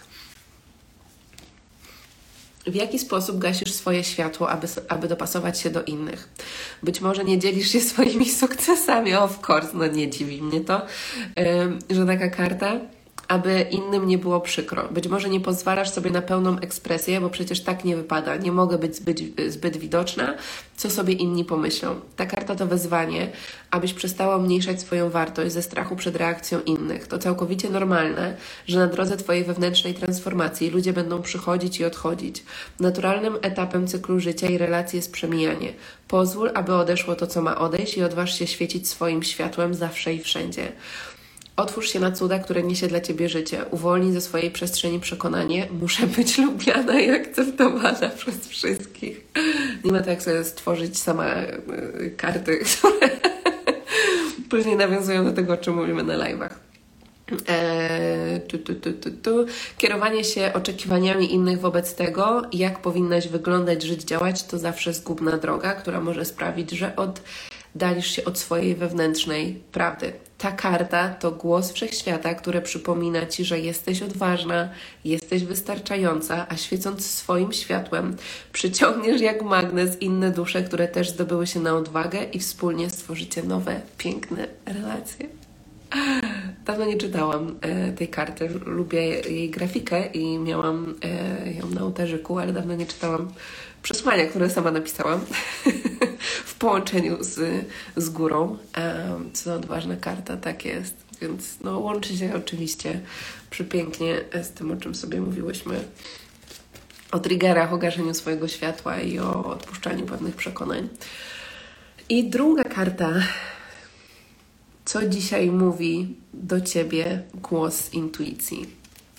[SPEAKER 1] W jaki sposób gasisz swoje światło, aby, aby dopasować się do innych? Być może nie dzielisz się swoimi sukcesami, of course, no nie dziwi mnie to, yy, że taka karta, aby innym nie było przykro. Być może nie pozwalasz sobie na pełną ekspresję, bo przecież tak nie wypada. Nie mogę być zbyt, zbyt widoczna, co sobie inni pomyślą. Ta karta to wezwanie, abyś przestała umniejszać swoją wartość ze strachu przed reakcją innych. To całkowicie normalne, że na drodze Twojej wewnętrznej transformacji ludzie będą przychodzić i odchodzić. Naturalnym etapem cyklu życia i relacji jest przemijanie. Pozwól, aby odeszło to, co ma odejść i odważ się świecić swoim światłem zawsze i wszędzie. Otwórz się na cuda, które niesie dla Ciebie życie. Uwolnij ze swojej przestrzeni przekonanie, muszę być lubiana i akceptowana przez wszystkich. Nie ma tak, jak sobie stworzyć sama y, karty, które później nawiązują do tego, o czym mówimy na live'ach. Eee, tu, tu, tu, tu, tu. Kierowanie się oczekiwaniami innych wobec tego, jak powinnaś wyglądać, żyć, działać, to zawsze zgubna droga, która może sprawić, że oddalisz się od swojej wewnętrznej prawdy. Ta karta to głos wszechświata, który przypomina Ci, że jesteś odważna, jesteś wystarczająca, a świecąc swoim światłem przyciągniesz jak magnes inne dusze, które też zdobyły się na odwagę i wspólnie stworzycie nowe, piękne relacje. Dawno nie czytałam e, tej karty. Lubię jej grafikę i miałam e, ją na ołtarzyku, ale dawno nie czytałam przesłania, które sama napisałam w połączeniu z, z górą. E, co odważna karta, tak jest. Więc no, łączy się oczywiście przepięknie z tym, o czym sobie mówiłyśmy. O triggerach, o gaszeniu swojego światła i o odpuszczaniu pewnych przekonań. I druga karta. Co dzisiaj mówi do Ciebie głos intuicji?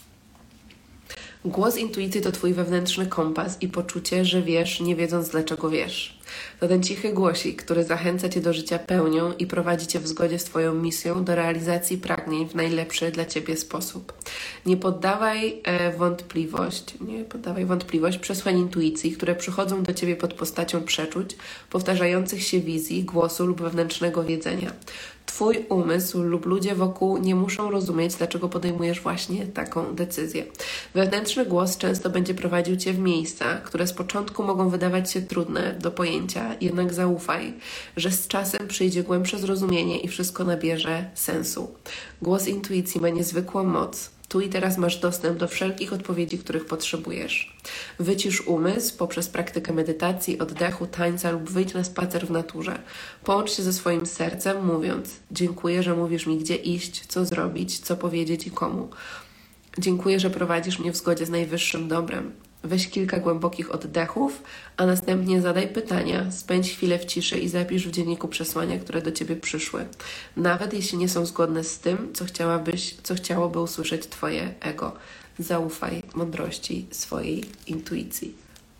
[SPEAKER 1] Głos intuicji to Twój wewnętrzny kompas i poczucie, że wiesz, nie wiedząc dlaczego wiesz. To ten cichy głosik, który zachęca Cię do życia pełnią i prowadzi Cię w zgodzie z Twoją misją do realizacji pragnień w najlepszy dla Ciebie sposób. Nie poddawaj e, wątpliwość, nie poddawaj wątpliwość przesłań intuicji, które przychodzą do Ciebie pod postacią przeczuć, powtarzających się wizji, głosu lub wewnętrznego wiedzenia. Twój umysł lub ludzie wokół nie muszą rozumieć, dlaczego podejmujesz właśnie taką decyzję. Wewnętrzny głos często będzie prowadził Cię w miejsca, które z początku mogą wydawać się trudne do pojęcia, jednak zaufaj, że z czasem przyjdzie głębsze zrozumienie i wszystko nabierze sensu. Głos intuicji ma niezwykłą moc. Tu i teraz masz dostęp do wszelkich odpowiedzi, których potrzebujesz. Wycisz umysł poprzez praktykę medytacji, oddechu, tańca lub wyjdź na spacer w naturze. Połącz się ze swoim sercem, mówiąc: dziękuję, że mówisz mi, gdzie iść, co zrobić, co powiedzieć i komu. Dziękuję, że prowadzisz mnie w zgodzie z najwyższym dobrem. Weź kilka głębokich oddechów, a następnie zadaj pytania, spędź chwilę w ciszy i zapisz w dzienniku przesłania, które do Ciebie przyszły. Nawet jeśli nie są zgodne z tym, co chciałabyś, co chciałoby usłyszeć Twoje ego. Zaufaj mądrości swojej intuicji.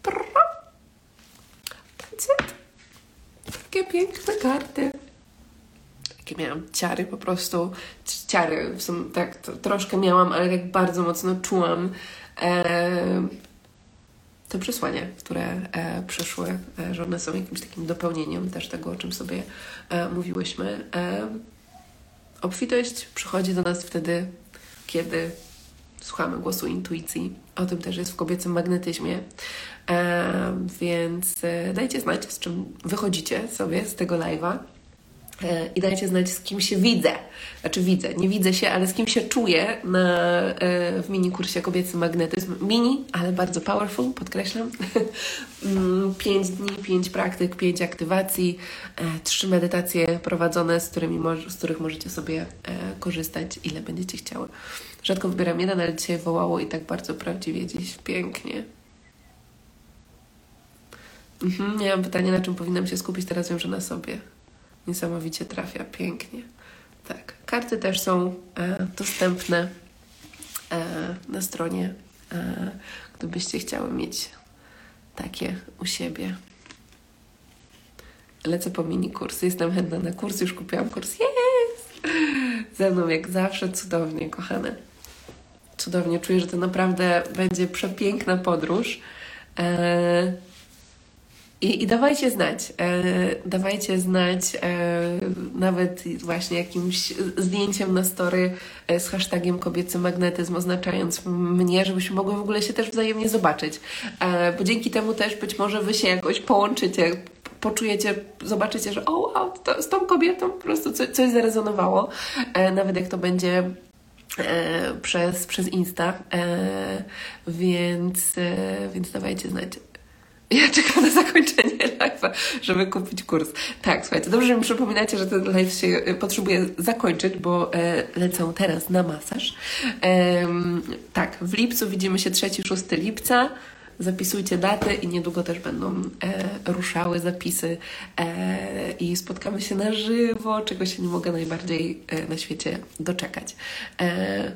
[SPEAKER 1] That's it. Takie piękne karty. Takie miałam ciary po prostu. Ciary, w sumie tak to, troszkę miałam, ale tak bardzo mocno czułam e, te przesłania, które e, przyszły, e, że one są jakimś takim dopełnieniem też tego, o czym sobie e, mówiłyśmy. E, obfitość przychodzi do nas wtedy, kiedy słuchamy głosu intuicji. O tym też jest w kobiecym magnetyzmie. E, więc e, dajcie znać, z czym wychodzicie sobie z tego live'a. i dajcie znać, z kim się widzę. Znaczy widzę, nie widzę się, ale z kim się czuję na, w mini kursie Kobiecy Magnetyzm. Mini, ale bardzo powerful, podkreślam. Pięć dni, pięć praktyk, pięć aktywacji, trzy medytacje prowadzone, z, którymi, z których możecie sobie korzystać, ile będziecie chciały. Rzadko wybieram jeden, ale dzisiaj wołało i tak bardzo prawdziwie dziś. Pięknie. Mhm, miałam pytanie, na czym powinnam się skupić, teraz wiem, że na sobie. Niesamowicie trafia, pięknie. Tak, karty też są e, dostępne e, na stronie, e, gdybyście chciały mieć takie u siebie. Lecę po mini kurs, jestem chętna na kurs, już kupiłam kurs, jest! Ze mną jak zawsze, cudownie, kochane. Cudownie, czuję, że to naprawdę będzie przepiękna podróż. E, I, I dawajcie znać, e, dawajcie znać e, nawet właśnie jakimś zdjęciem na story e, z hashtagiem kobiecy magnetyzm, oznaczając mnie, żebyśmy mogły w ogóle się też wzajemnie zobaczyć. E, bo dzięki temu też być może wy się jakoś połączycie, poczujecie, zobaczycie, że o wow, to, z tą kobietą po prostu coś, coś zarezonowało, e, nawet jak to będzie e, przez, przez Insta, e, więc, e, więc dawajcie znać. Ja czekam na zakończenie live'a, żeby kupić kurs. Tak, słuchajcie, dobrze, że mi przypominacie, że ten live się potrzebuje zakończyć, bo e, lecę teraz na masaż. E, tak, w lipcu widzimy się trzeciego szóstego lipca. Zapisujcie daty i niedługo też będą e, ruszały zapisy e, i spotkamy się na żywo, czego się nie mogę najbardziej e, na świecie doczekać. E,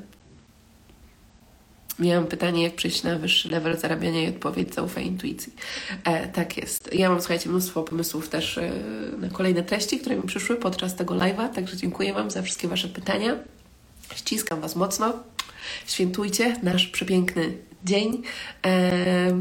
[SPEAKER 1] Miałam pytanie, jak przejść na wyższy level zarabiania i odpowiedź, zaufaj intuicji. E, tak jest. Ja mam, słuchajcie, mnóstwo pomysłów też e, na kolejne treści, które mi przyszły podczas tego live'a, także dziękuję Wam za wszystkie Wasze pytania. Ściskam Was mocno. Świętujcie nasz przepiękny dzień. E,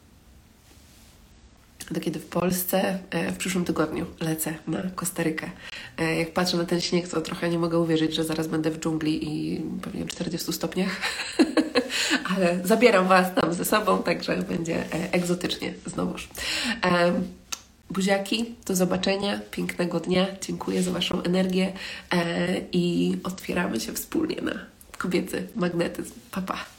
[SPEAKER 1] do kiedy w Polsce e, w przyszłym tygodniu lecę na Kostarykę. E, jak patrzę na ten śnieg, to trochę nie mogę uwierzyć, że zaraz będę w dżungli i pewnie w czterdziestu stopniach. Ale zabieram Was tam ze sobą, także będzie e, egzotycznie znowuż. E, buziaki, do zobaczenia, pięknego dnia. Dziękuję za Waszą energię e, i otwieramy się wspólnie na kobiecy magnetyzm. Pa, pa.